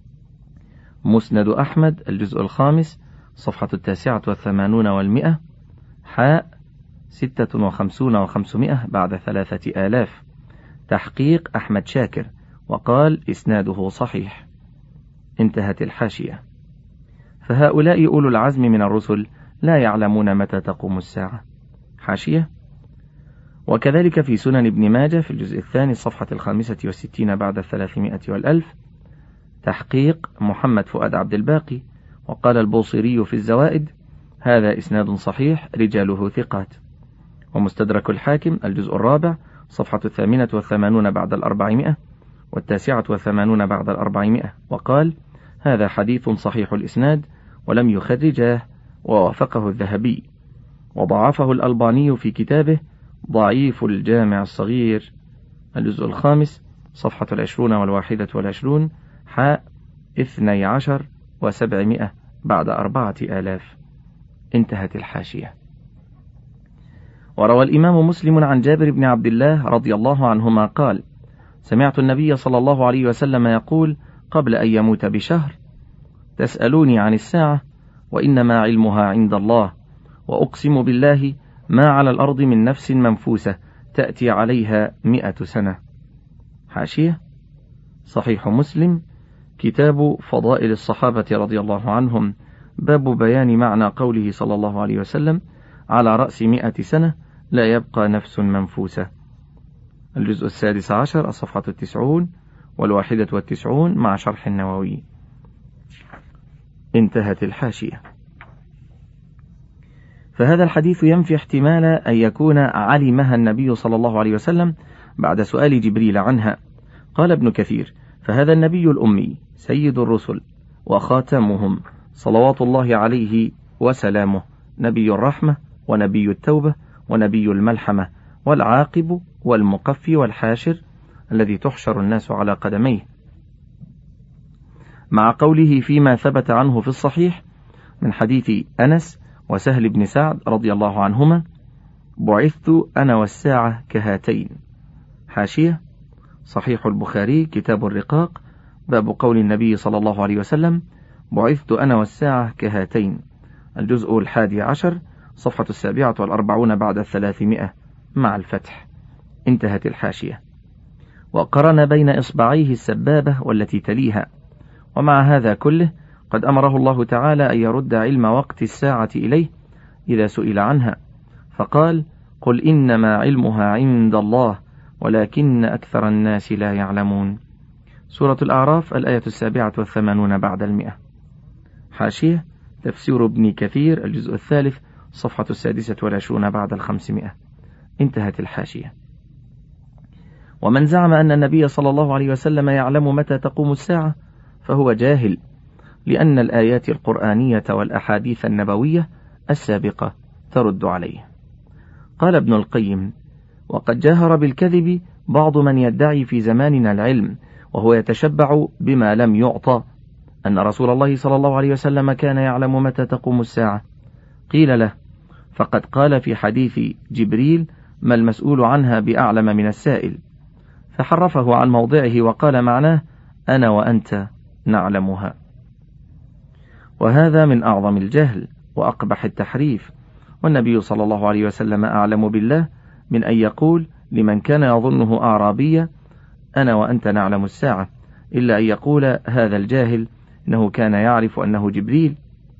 مسند أحمد الجزء الخامس صفحة التاسعة والثمانون والمئة، حاء ستة وخمسون وخمسمائة بعد ثلاثة آلاف، تحقيق أحمد شاكر، وقال إسناده صحيح. انتهت الحاشية. فهؤلاء أولو العزم من الرسل لا يعلمون متى تقوم الساعة. حاشية: وكذلك في سنن ابن ماجه في الجزء الثاني صفحة الخامسة والستين بعد الثلاثمائة والألف، تحقيق محمد فؤاد عبد الباقي، وقال البوصيري في الزوائد: هذا إسناد صحيح رجاله ثقات. ومستدرك الحاكم الجزء الرابع صفحة الثامنة والثمانون بعد الأربعمائة والتاسعة والثمانون بعد الأربعمائة، وقال: هذا حديث صحيح الإسناد ولم يخرجاه، ووافقه الذهبي، وضعفه الألباني في كتابه ضعيف الجامع الصغير الجزء الخامس صفحة العشرون والواحدة والعشرون، حاء اثني عشر وسبعمائة بعد أربعة آلاف. انتهت الحاشية. وروى الإمام مسلم عن جابر بن عبد الله رضي الله عنهما قال: سمعت النبي صلى الله عليه وسلم يقول قبل أن يموت بشهر: تسألوني عن الساعة وإنما علمها عند الله، وأقسم بالله ما على الأرض من نفس منفوسة تأتي عليها مئة سنة. حاشية: صحيح مسلم كتاب فضائل الصحابة رضي الله عنهم، باب بيان معنى قوله صلى الله عليه وسلم: على رأس مئة سنة لا يبقى نفس منفوسة، الجزء السادس عشر الصفحة التسعون والواحدة والتسعون مع شرح النووي. انتهت الحاشية. فهذا الحديث ينفي احتمال أن يكون علمها النبي صلى الله عليه وسلم بعد سؤال جبريل عنها. قال ابن كثير: فهذا النبي الأمي سيد الرسل وخاتمهم صلوات الله عليه وسلامه، نبي الرحمة ونبي التوبة ونبي الملحمة والعاقب والمقفي والحاشر الذي تحشر الناس على قدميه، مع قوله فيما ثبت عنه في الصحيح من حديث أنس وسهل بن سعد رضي الله عنهما: بعثت أنا والساعة كهاتين. حاشية: صحيح البخاري كتاب الرقاق، باب قول النبي صلى الله عليه وسلم: بعثت أنا والساعة كهاتين، الجزء الحادي عشر صفحة السابعة والأربعون بعد الثلاثمائة مع الفتح. انتهت الحاشية. وقرن بين إصبعيه السبابة والتي تليها. ومع هذا كله قد أمره الله تعالى أن يرد علم وقت الساعة إليه إذا سئل عنها، فقال: قل إنما علمها عند الله ولكن أكثر الناس لا يعلمون. سورة الأعراف الآية السابعة والثمانون بعد المئة. حاشية: تفسير ابن كثير الجزء الثالث صفحة السادسة والعشرون بعد الخمسمائة. انتهت الحاشية. ومن زعم أن النبي صلى الله عليه وسلم يعلم متى تقوم الساعة فهو جاهل، لأن الآيات القرآنية والأحاديث النبوية السابقة ترد عليه. قال ابن القيم: وقد جاهر بالكذب بعض من يدعي في زماننا العلم وهو يتشبع بما لم يعطى، أن رسول الله صلى الله عليه وسلم كان يعلم متى تقوم الساعة. قيل له: فقد قال في حديث جبريل: ما المسؤول عنها بأعلم من السائل، فحرفه عن موضعه وقال معناه: أنا وأنت نعلمها. وهذا من أعظم الجهل وأقبح التحريف، والنبي صلى الله عليه وسلم أعلم بالله من أن يقول لمن كان يظنه أعرابيا: أنا وأنت نعلم الساعة، إلا أن يقول هذا الجاهل إنه كان يعرف أنه جبريل.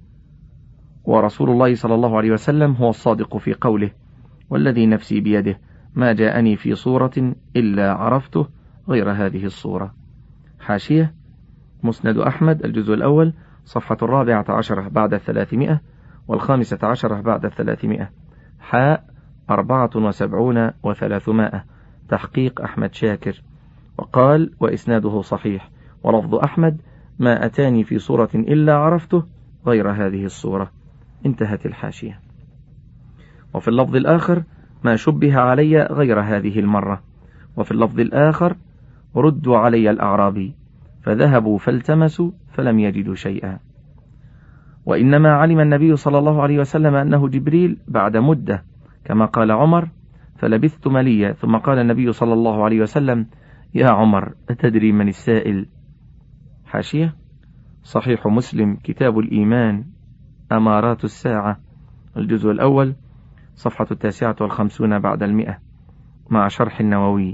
ورسول الله صلى الله عليه وسلم هو الصادق في قوله: والذي نفسي بيده ما جاءني في صورة إلا عرفته غير هذه الصورة. حاشية: مسند أحمد الجزء الأول صفحة الرابعة عشرة بعد الثلاثمائة والخامسة عشرة بعد الثلاثمائة، حاء أربعة وسبعون وثلاثمائة، تحقيق أحمد شاكر. وقال: وإسناده صحيح، ولفظ أحمد: ما أتاني في صورة إلا عرفته غير هذه الصورة. انتهت الحاشية. وفي اللفظ الآخر: ما شبه علي غير هذه المرة. وفي اللفظ الآخر: ردوا علي الأعرابي، فذهبوا فالتمسوا فلم يجدوا شيئا. وإنما علم النبي صلى الله عليه وسلم أنه جبريل بعد مدة، كما قال عمر: فلبثت مليا، ثم قال النبي صلى الله عليه وسلم: يا عمر أتدري من السائل؟ حاشية: صحيح مسلم كتاب الإيمان أمارات الساعة الجزء الأول صفحة التاسعة والخمسون بعد المئة، مع شرح النووي.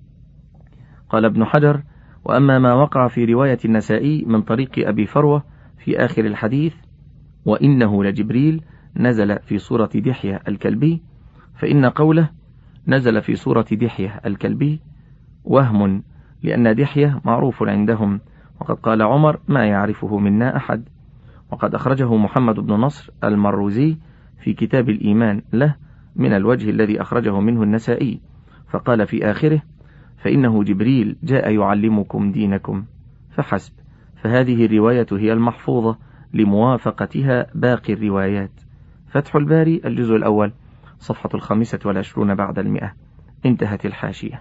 قال ابن حجر: وأما ما وقع في رواية النسائي من طريق أبي فروة في آخر الحديث: وإنه لجبريل نزل في صورة دحية الكلبي، فإن قوله نزل في صورة دحية الكلبي وهم، لأن دحية معروف عندهم، وقد قال عمر: ما يعرفه منا أحد. وقد أخرجه محمد بن نصر المروزي في كتاب الإيمان له من الوجه الذي أخرجه منه النسائي، فقال في آخره: فإنه جبريل جاء يعلمكم دينكم فحسب. فهذه الرواية هي المحفوظة لموافقتها باقي الروايات. فتح الباري الجزء الأول صفحة الخامسة والعشرون بعد المئة. انتهت الحاشية.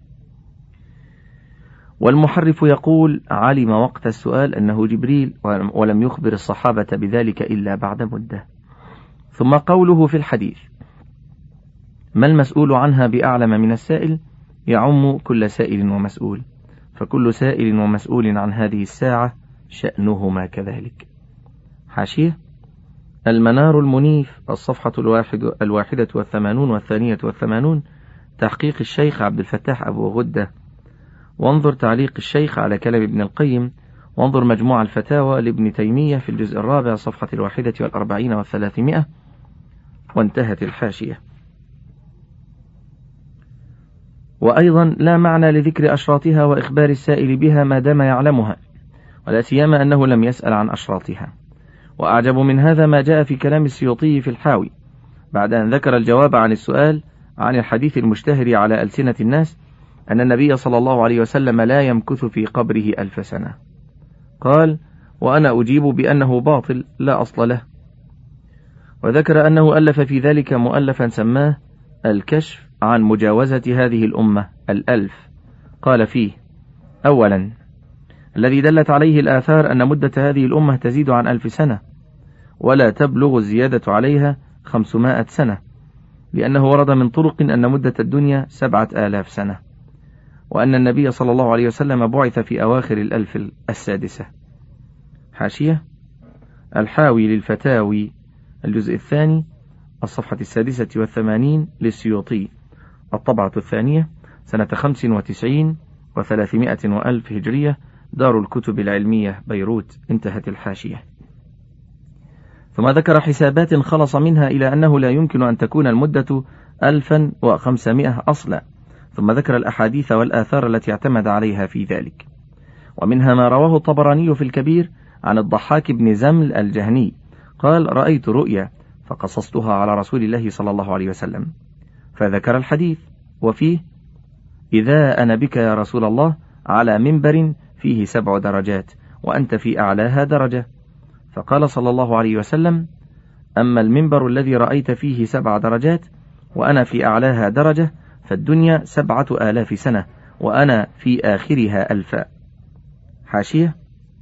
والمحرف يقول: علم وقت السؤال أنه جبريل ولم يخبر الصحابة بذلك إلا بعد مدة. ثم قوله في الحديث: ما المسؤول عنها بأعلم من السائل، يعم كل سائل ومسؤول، فكل سائل ومسؤول عن هذه الساعة شأنهما كذلك. حاشية: المنار المنيف الصفحة الواحد الواحدة والثمانون والثانية والثمانون، تحقيق الشيخ عبد الفتاح أبو غدة. وانظر تعليق الشيخ على كلام ابن القيم، وانظر مجموع الفتاوى لابن تيمية في الجزء الرابع صفحة الواحدة والأربعين والثلاثمائة. وانتهت الحاشية. وأيضا لا معنى لذكر أشراطها وإخبار السائل بها ما دام يعلمها، ولا سيما أنه لم يسأل عن أشراطها. وأعجب من هذا ما جاء في كلام السيوطي في الحاوي بعد أن ذكر الجواب عن السؤال عن الحديث المشتهر على ألسنة الناس أن النبي صلى الله عليه وسلم لا يمكث في قبره ألف سنة. قال: وأنا أجيب بأنه باطل لا أصل له. وذكر أنه ألف في ذلك مؤلفا سماه الكشف عن مجاوزة هذه الأمة الألف. قال فيه: أولا، الذي دلت عليه الآثار أن مدة هذه الأمة تزيد عن ألف سنة، ولا تبلغ الزيادة عليها خمسمائة سنة، لأنه ورد من طرق أن مدة الدنيا سبعة آلاف سنة، وأن النبي صلى الله عليه وسلم بعث في أواخر الألف السادسة. حاشية: الحاوي للفتاوي الجزء الثاني الصفحة السادسة والثمانين للسيوطي، الطبعة الثانية سنة خمس وتسعين وثلاثمائة وألف هجرية، دار الكتب العلمية بيروت. انتهت الحاشية. ثم ذكر حسابات خلص منها إلى أنه لا يمكن أن تكون المدة ألفا وخمسمائة أصلا، ثم ذكر الأحاديث والآثار التي اعتمد عليها في ذلك، ومنها ما رواه الطبراني في الكبير عن الضحاك بن زمل الجهني قال: رأيت رؤيا فقصصتها على رسول الله صلى الله عليه وسلم، فذكر الحديث وفيه: إذا أنا بك يا رسول الله على منبر فيه سبع درجات وأنت في أعلاها درجة. فقال صلى الله عليه وسلم: أما المنبر الذي رأيت فيه سبع درجات وأنا في أعلاها درجة فالدنيا سبعة آلاف سنة وأنا في آخرها ألفا. حاشية: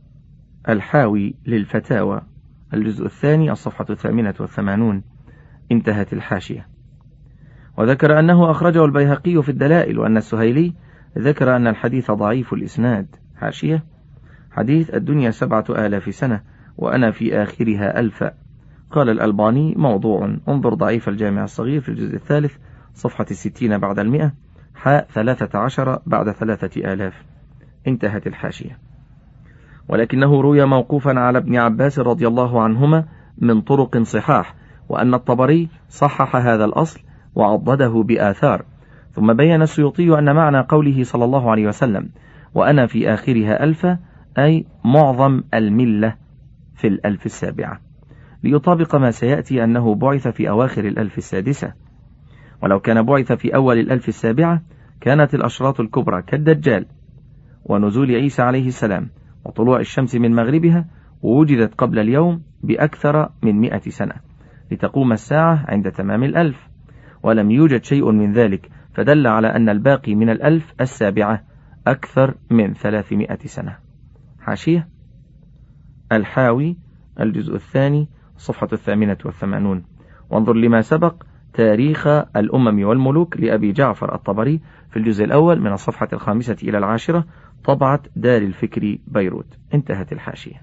الحاوي للفتاوى، الجزء الثاني، الصفحة الثامنة والثمانون. انتهت الحاشية. وذكر أنه أخرجه البيهقي في الدلائل، وأن السهيلي ذكر أن الحديث ضعيف الإسناد. حاشية: حديث الدنيا سبعة آلاف سنة وأنا في آخرها ألفا. قال الألباني: موضوع. انظر ضعيف الجامع الصغير في الجزء الثالث صفحة الستين بعد المئة، حاء ثلاثة عشر بعد ثلاثة آلاف. انتهت الحاشية. ولكنه روي موقوفا على ابن عباس رضي الله عنهما من طرق صحاح، وأن الطبري صحح هذا الأصل وعضده بآثار. ثم بين السيوطي أن معنى قوله صلى الله عليه وسلم: وأنا في آخرها ألفا، أي معظم الملة في الألف السابعة، ليطابق ما سيأتي أنه بعث في أواخر الألف السادسة. ولو كان بعث في أول الألف السابعة كانت الأشراط الكبرى كالدجال ونزول عيسى عليه السلام وطلوع الشمس من مغربها ووجدت قبل اليوم بأكثر من مئة سنة لتقوم الساعة عند تمام الألف، ولم يوجد شيء من ذلك، فدل على أن الباقي من الألف السابعة أكثر من ثلاثمائة سنة. حاشية: الحاوي، الجزء الثاني، صفحة الثامنة والثمانون. وانظر لما سبق تاريخ الأمم والملوك لأبي جعفر الطبري في الجزء الأول من الصفحة الخامسة إلى العاشرة، طبعة دار الفكر بيروت. انتهت الحاشية.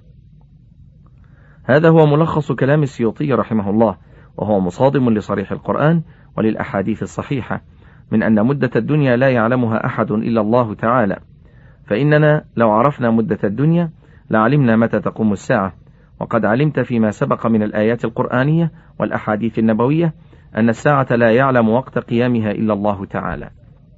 هذا هو ملخص كلام السيوطي رحمه الله، وهو مصادم لصريح القرآن وللأحاديث الصحيحة من أن مدة الدنيا لا يعلمها أحد إلا الله تعالى. فإننا لو عرفنا مدة الدنيا لعلمنا متى تقوم الساعة، وقد علمت فيما سبق من الآيات القرآنية والأحاديث النبوية أن الساعة لا يعلم وقت قيامها إلا الله تعالى.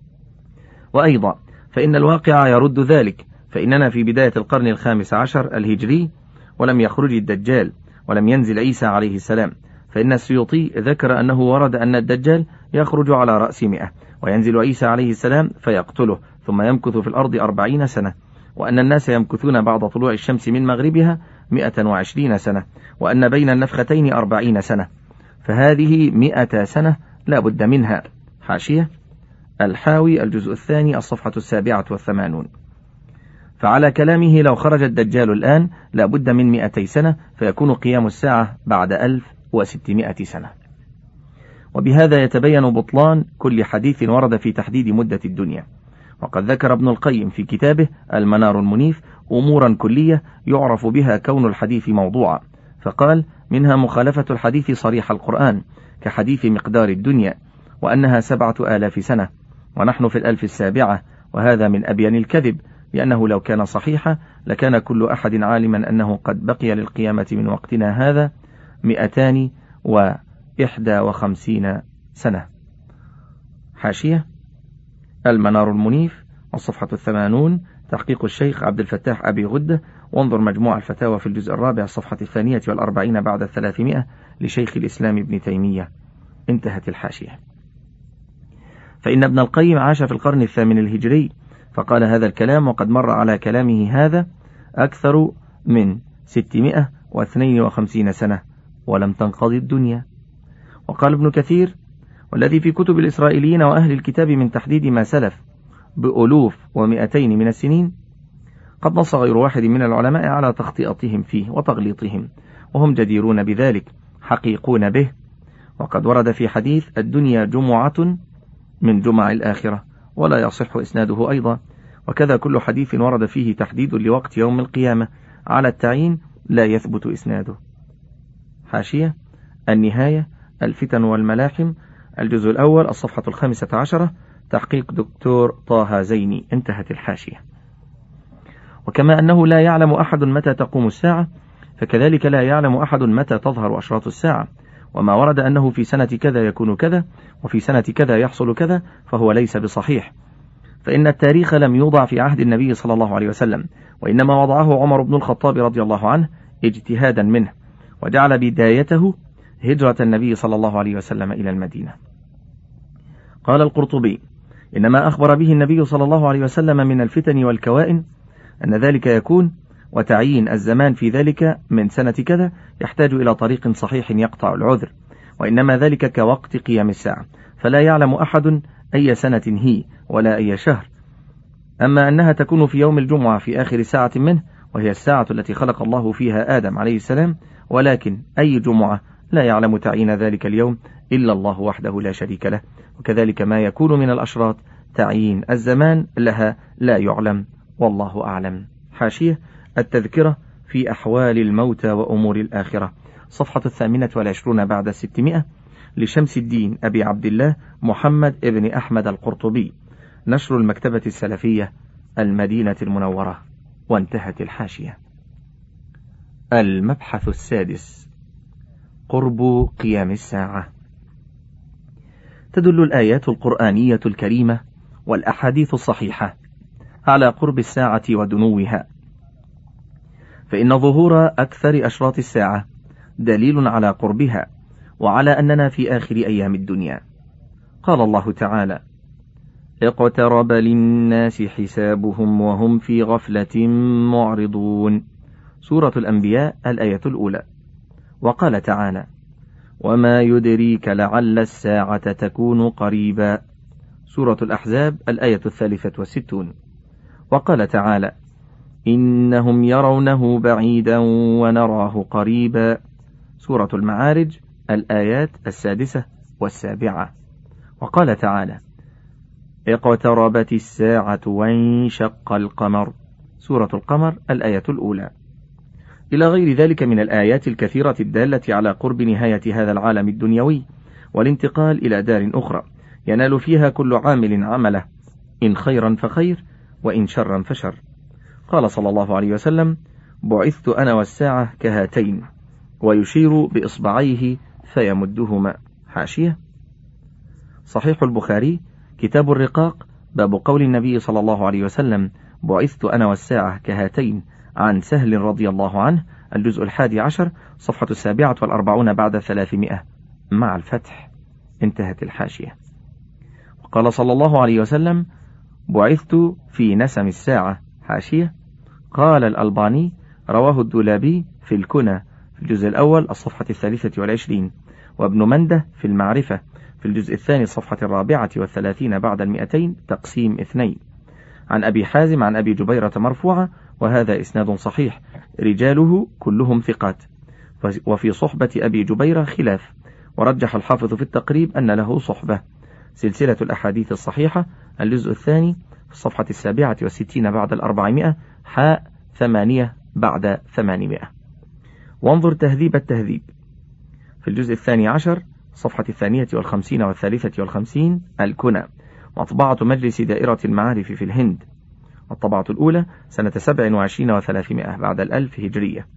وأيضا فإن الواقع يرد ذلك، فإننا في بداية القرن الخامس عشر الهجري ولم يخرج الدجال ولم ينزل عيسى عليه السلام، فإن السيوطي ذكر أنه ورد أن الدجال يخرج على رأس مئة وينزل عيسى عليه السلام فيقتله ثم يمكث في الأرض أربعين سنة، وأن الناس يمكثون بعد طلوع الشمس من مغربها مئة وعشرين سنة، وأن بين النفختين أربعين سنة، فهذه مئة سنة لا بد منها. حاشية: الحاوي، الجزء الثاني، الصفحة السابعة والثمانون. فعلى كلامه لو خرج الدجال الآن لا بد من مئتي سنة، فيكون قيام الساعة بعد ألف وستمائة سنة. وبهذا يتبين بطلان كل حديث ورد في تحديد مدة الدنيا. وقد ذكر ابن القيم في كتابه المنار المنيف أمورا كلية يعرف بها كون الحديث موضوعا، فقال: منها مخالفة الحديث صريح القرآن كحديث مقدار الدنيا وأنها سبعة آلاف سنة ونحن في الألف السابعة، وهذا من أبين الكذب، لأنه لو كان صحيحا لكان كل أحد عالما أنه قد بقي للقيامة من وقتنا هذا مئتان وإحدى وخمسين سنة. حاشية: المنار المنيف، الصفحة الثمانون، تحقيق الشيخ عبد الفتاح أبي غدة، وانظر مجموع الفتاوى في الجزء الرابع الصفحة الثانية والأربعين بعد الثلاثمائة لشيخ الإسلام ابن تيمية. انتهت الحاشية. فإن ابن القيم عاش في القرن الثامن الهجري فقال هذا الكلام، وقد مر على كلامه هذا أكثر من ستمائة واثنين وخمسين سنة ولم تنقضي الدنيا. وقال ابن كثير: والذي في كتب الإسرائيليين وأهل الكتاب من تحديد ما سلف بألوف ومئتين من السنين قد نص غير واحد من العلماء على تخطئتهم فيه وتغليطهم، وهم جديرون بذلك حقيقون به. وقد ورد في حديث الدنيا جمعة من جمع الآخرة ولا يصح إسناده أيضا، وكذا كل حديث ورد فيه تحديد لوقت يوم القيامة على التعيين لا يثبت إسناده. حاشية: النهاية، الفتن والملاحم، الجزء الأول، الصفحة الخامسة عشرة، تحقيق دكتور طه زيني. انتهت الحاشية. وكما أنه لا يعلم أحد متى تقوم الساعة، فكذلك لا يعلم أحد متى تظهر أشراط الساعة، وما ورد أنه في سنة كذا يكون كذا وفي سنة كذا يحصل كذا فهو ليس بصحيح، فإن التاريخ لم يوضع في عهد النبي صلى الله عليه وسلم، وإنما وضعه عمر بن الخطاب رضي الله عنه اجتهادا منه، وجعل بدايته هجرة النبي صلى الله عليه وسلم إلى المدينة. قال القرطبي: إنما أخبر به النبي صلى الله عليه وسلم من الفتن والكوائن أن ذلك يكون، وتعيين الزمان في ذلك من سنة كذا يحتاج إلى طريق صحيح يقطع العذر، وإنما ذلك كوقت قيام الساعة، فلا يعلم أحد أي سنة هي ولا أي شهر. أما أنها تكون في يوم الجمعة في آخر ساعة منه، وهي الساعة التي خلق الله فيها آدم عليه السلام، ولكن أي جمعة لا يعلم تعيين ذلك اليوم إلا الله وحده لا شريك له. وكذلك ما يكون من الأشراط تعيين الزمان لها لا يعلم، والله أعلم. حاشية: التذكرة في أحوال الموتى وأمور الآخرة، صفحة الثامنة والعشرون بعد الستمائة، لشمس الدين أبي عبد الله محمد ابن أحمد القرطبي، نشر المكتبة السلفية، المدينة المنورة. وانتهت الحاشية. المبحث السادس: قرب قيام الساعة. تدل الآيات القرآنية الكريمة والأحاديث الصحيحة على قرب الساعة ودنوها، فإن ظهور أكثر أشراط الساعة دليل على قربها، وعلى أننا في آخر أيام الدنيا. قال الله تعالى: اقترب للناس حسابهم وهم في غفلة معرضون، سورة الأنبياء الآية الأولى. وقال تعالى: وما يدريك لعل الساعة تكون قريبا، سورة الأحزاب الآية الثالثة والستون. وقال تعالى: إنهم يرونه بعيدا ونراه قريبا، سورة المعارج الآيات السادسة والسابعة. وقال تعالى: اقتربت الساعة وانشق القمر، سورة القمر الآية الأولى، إلى غير ذلك من الآيات الكثيرة الدالة على قرب نهاية هذا العالم الدنيوي والانتقال إلى دار أخرى ينال فيها كل عامل عمله، إن خيرا فخير وإن شرا فشر. قال صلى الله عليه وسلم: بعثت أنا والساعة كهاتين، ويشير بإصبعيه فيمدهما. حاشية: صحيح البخاري كتاب الرقاق، باب قول النبي صلى الله عليه وسلم: بعثت أنا والساعة كهاتين، عن سهل رضي الله عنه، الجزء الحادي عشر، صفحة السابعة والأربعون بعد ثلاثمائة مع الفتح. انتهت الحاشية. وقال صلى الله عليه وسلم: بعثت في نسم الساعة. حاشية: قال الألباني: رواه الدولابي في الكنى في الجزء الأول الصفحة الثالثة والعشرين، وابن منده في المعرفة في الجزء الثاني الصفحة الرابعة والثلاثين بعد المئتين تقسيم اثنين، عن أبي حازم عن أبي جبيرة مرفوعة، وهذا إسناد صحيح رجاله كلهم ثقات. وفي صحبة أبي جبيرة خلاف، ورجح الحافظ في التقريب أن له صحبة. سلسلة الأحاديث الصحيحة الجزء الثاني في الصفحة السابعة والستين بعد الأربعمائة، حاء ثمانية بعد ثمانمائة. وانظر تهذيب التهذيب في الجزء الثاني عشر صفحة الثانية والخمسين والثالثة والخمسين، الكنى، وطبعة مجلس دائرة المعارف في الهند، الطبعة الأولى سنة سبع وعشرين وثلاثمائة بعد الألف هجرية.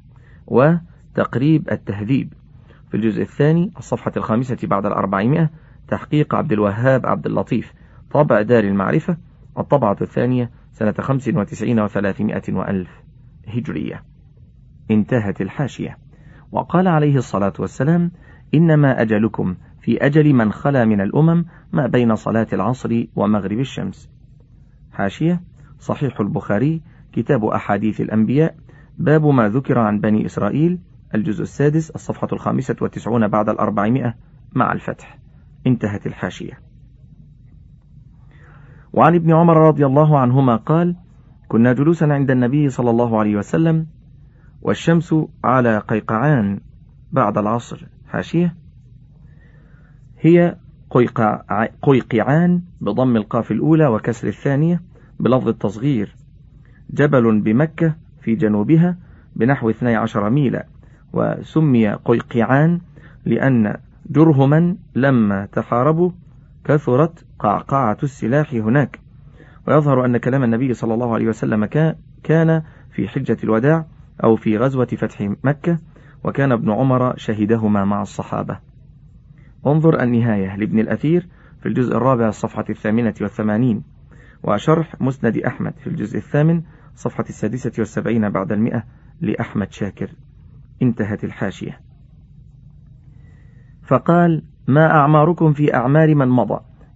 وتقريب التهذيب في الجزء الثاني الصفحة الخامسة بعد الأربعمائة، تحقيق عبد الوهاب عبد اللطيف، طبع دار المعرفة، الطبعة الثانية سنة خمس وتسعين وثلاثمائة وألف هجرية. انتهت الحاشية. وقال عليه الصلاة والسلام: إنما أجلكم في أجل من خلا من الأمم ما بين صلاة العصر ومغرب الشمس. حاشية: صحيح البخاري كتاب أحاديث الأنبياء، باب ما ذكر عن بني إسرائيل، الجزء السادس الصفحة الخامسة والتسعون بعد الأربعمائة مع الفتح. انتهت الحاشية. وعن ابن عمر رضي الله عنهما قال: كنا جلوسا عند النبي صلى الله عليه وسلم والشمس على قيقعان بعد العصر. حاشية: هي قيقع قيقعان بضم القاف الأولى وكسر الثانية بلفظ التصغير، جبل بمكة في جنوبها بنحو اثني عشر ميلا، وسمي قيقعان لأن جرهما لما تحاربوا كثرت قعقعة السلاح هناك. ويظهر أن كلام النبي صلى الله عليه وسلم كان في حجة الوداع أو في غزوة فتح مكة، وكان ابن عمر شهدهما مع الصحابة. انظر النهاية لابن الأثير في الجزء الرابع الصفحة الثامنة والثمانين، وشرح مسند أحمد في الجزء الثامن صفحة السادسة والسبعين بعد المئة لأحمد شاكر. انتهت الحاشية. فقال: ما أعماركم في أعمار من مضى،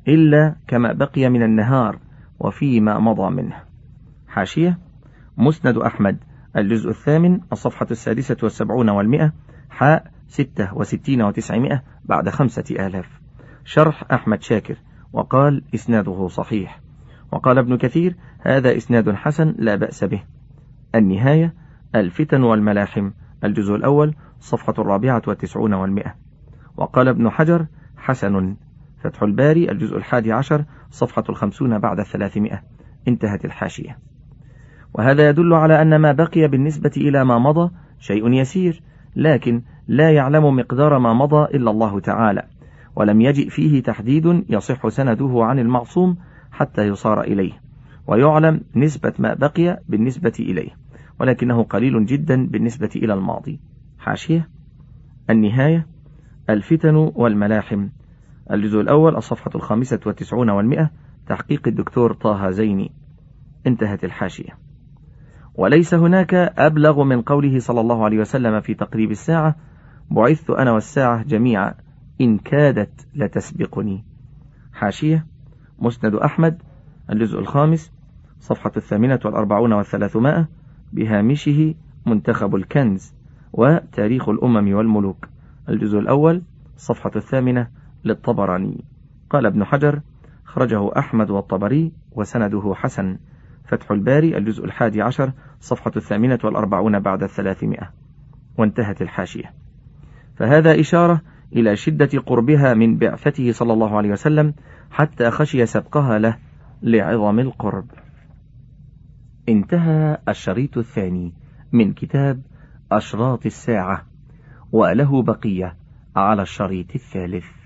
إلا كما بقي من النهار وفيما مضى منه. حاشية: مسند أحمد الجزء الثامن الصفحة السادسة والسبعون والمئة، حاء ستة وستين وتسعمائة بعد خمسة آلاف. شرح أحمد شاكر وقال إسناده صحيح. وقال ابن كثير: هذا إسناد حسن لا بأس به. النهاية الفتن والملاحم الجزء الأول صفحة الرابعة والتسعون والمئة. وقال ابن حجر: حسن. فتح الباري الجزء الحادي عشر صفحة الخمسون بعد الثلاثمائة. انتهت الحاشية. وهذا يدل على أن ما بقي بالنسبة إلى ما مضى شيء يسير، لكن لا يعلم مقدار ما مضى إلا الله تعالى، ولم يجئ فيه تحديد يصح سنده عن المعصوم حتى يصار إليه، ويعلم نسبة ما بقي بالنسبة إليه، ولكنه قليل جدا بالنسبة إلى الماضي. حاشية: النهاية الفتن والملاحم الجزء الأول الصفحة الخامسة والتسعون والمئة، تحقيق الدكتور طه زيني. انتهت الحاشية. وليس هناك أبلغ من قوله صلى الله عليه وسلم في تقريب الساعة: بعثت أنا والساعة جميعا إن كادت لتسبقني. حاشية: مسند أحمد الجزء الخامس صفحة الثامنة والأربعون والثلاثمائة، بهامشه منتخب الكنز وتاريخ الأمم والملوك الجزء الأول صفحة الثامنة للطبراني. قال ابن حجر: خرجه أحمد والطبري وسنده حسن. فتح الباري الجزء الحادي عشر صفحة الثامنة والأربعون بعد الثلاثمائة. وانتهت الحاشية. فهذا إشارة إلى شدة قربها من بعثته صلى الله عليه وسلم حتى خشي سبقها له لعظم القرب. انتهى الشريط الثاني من كتاب أشراط الساعة، وله بقية على الشريط الثالث.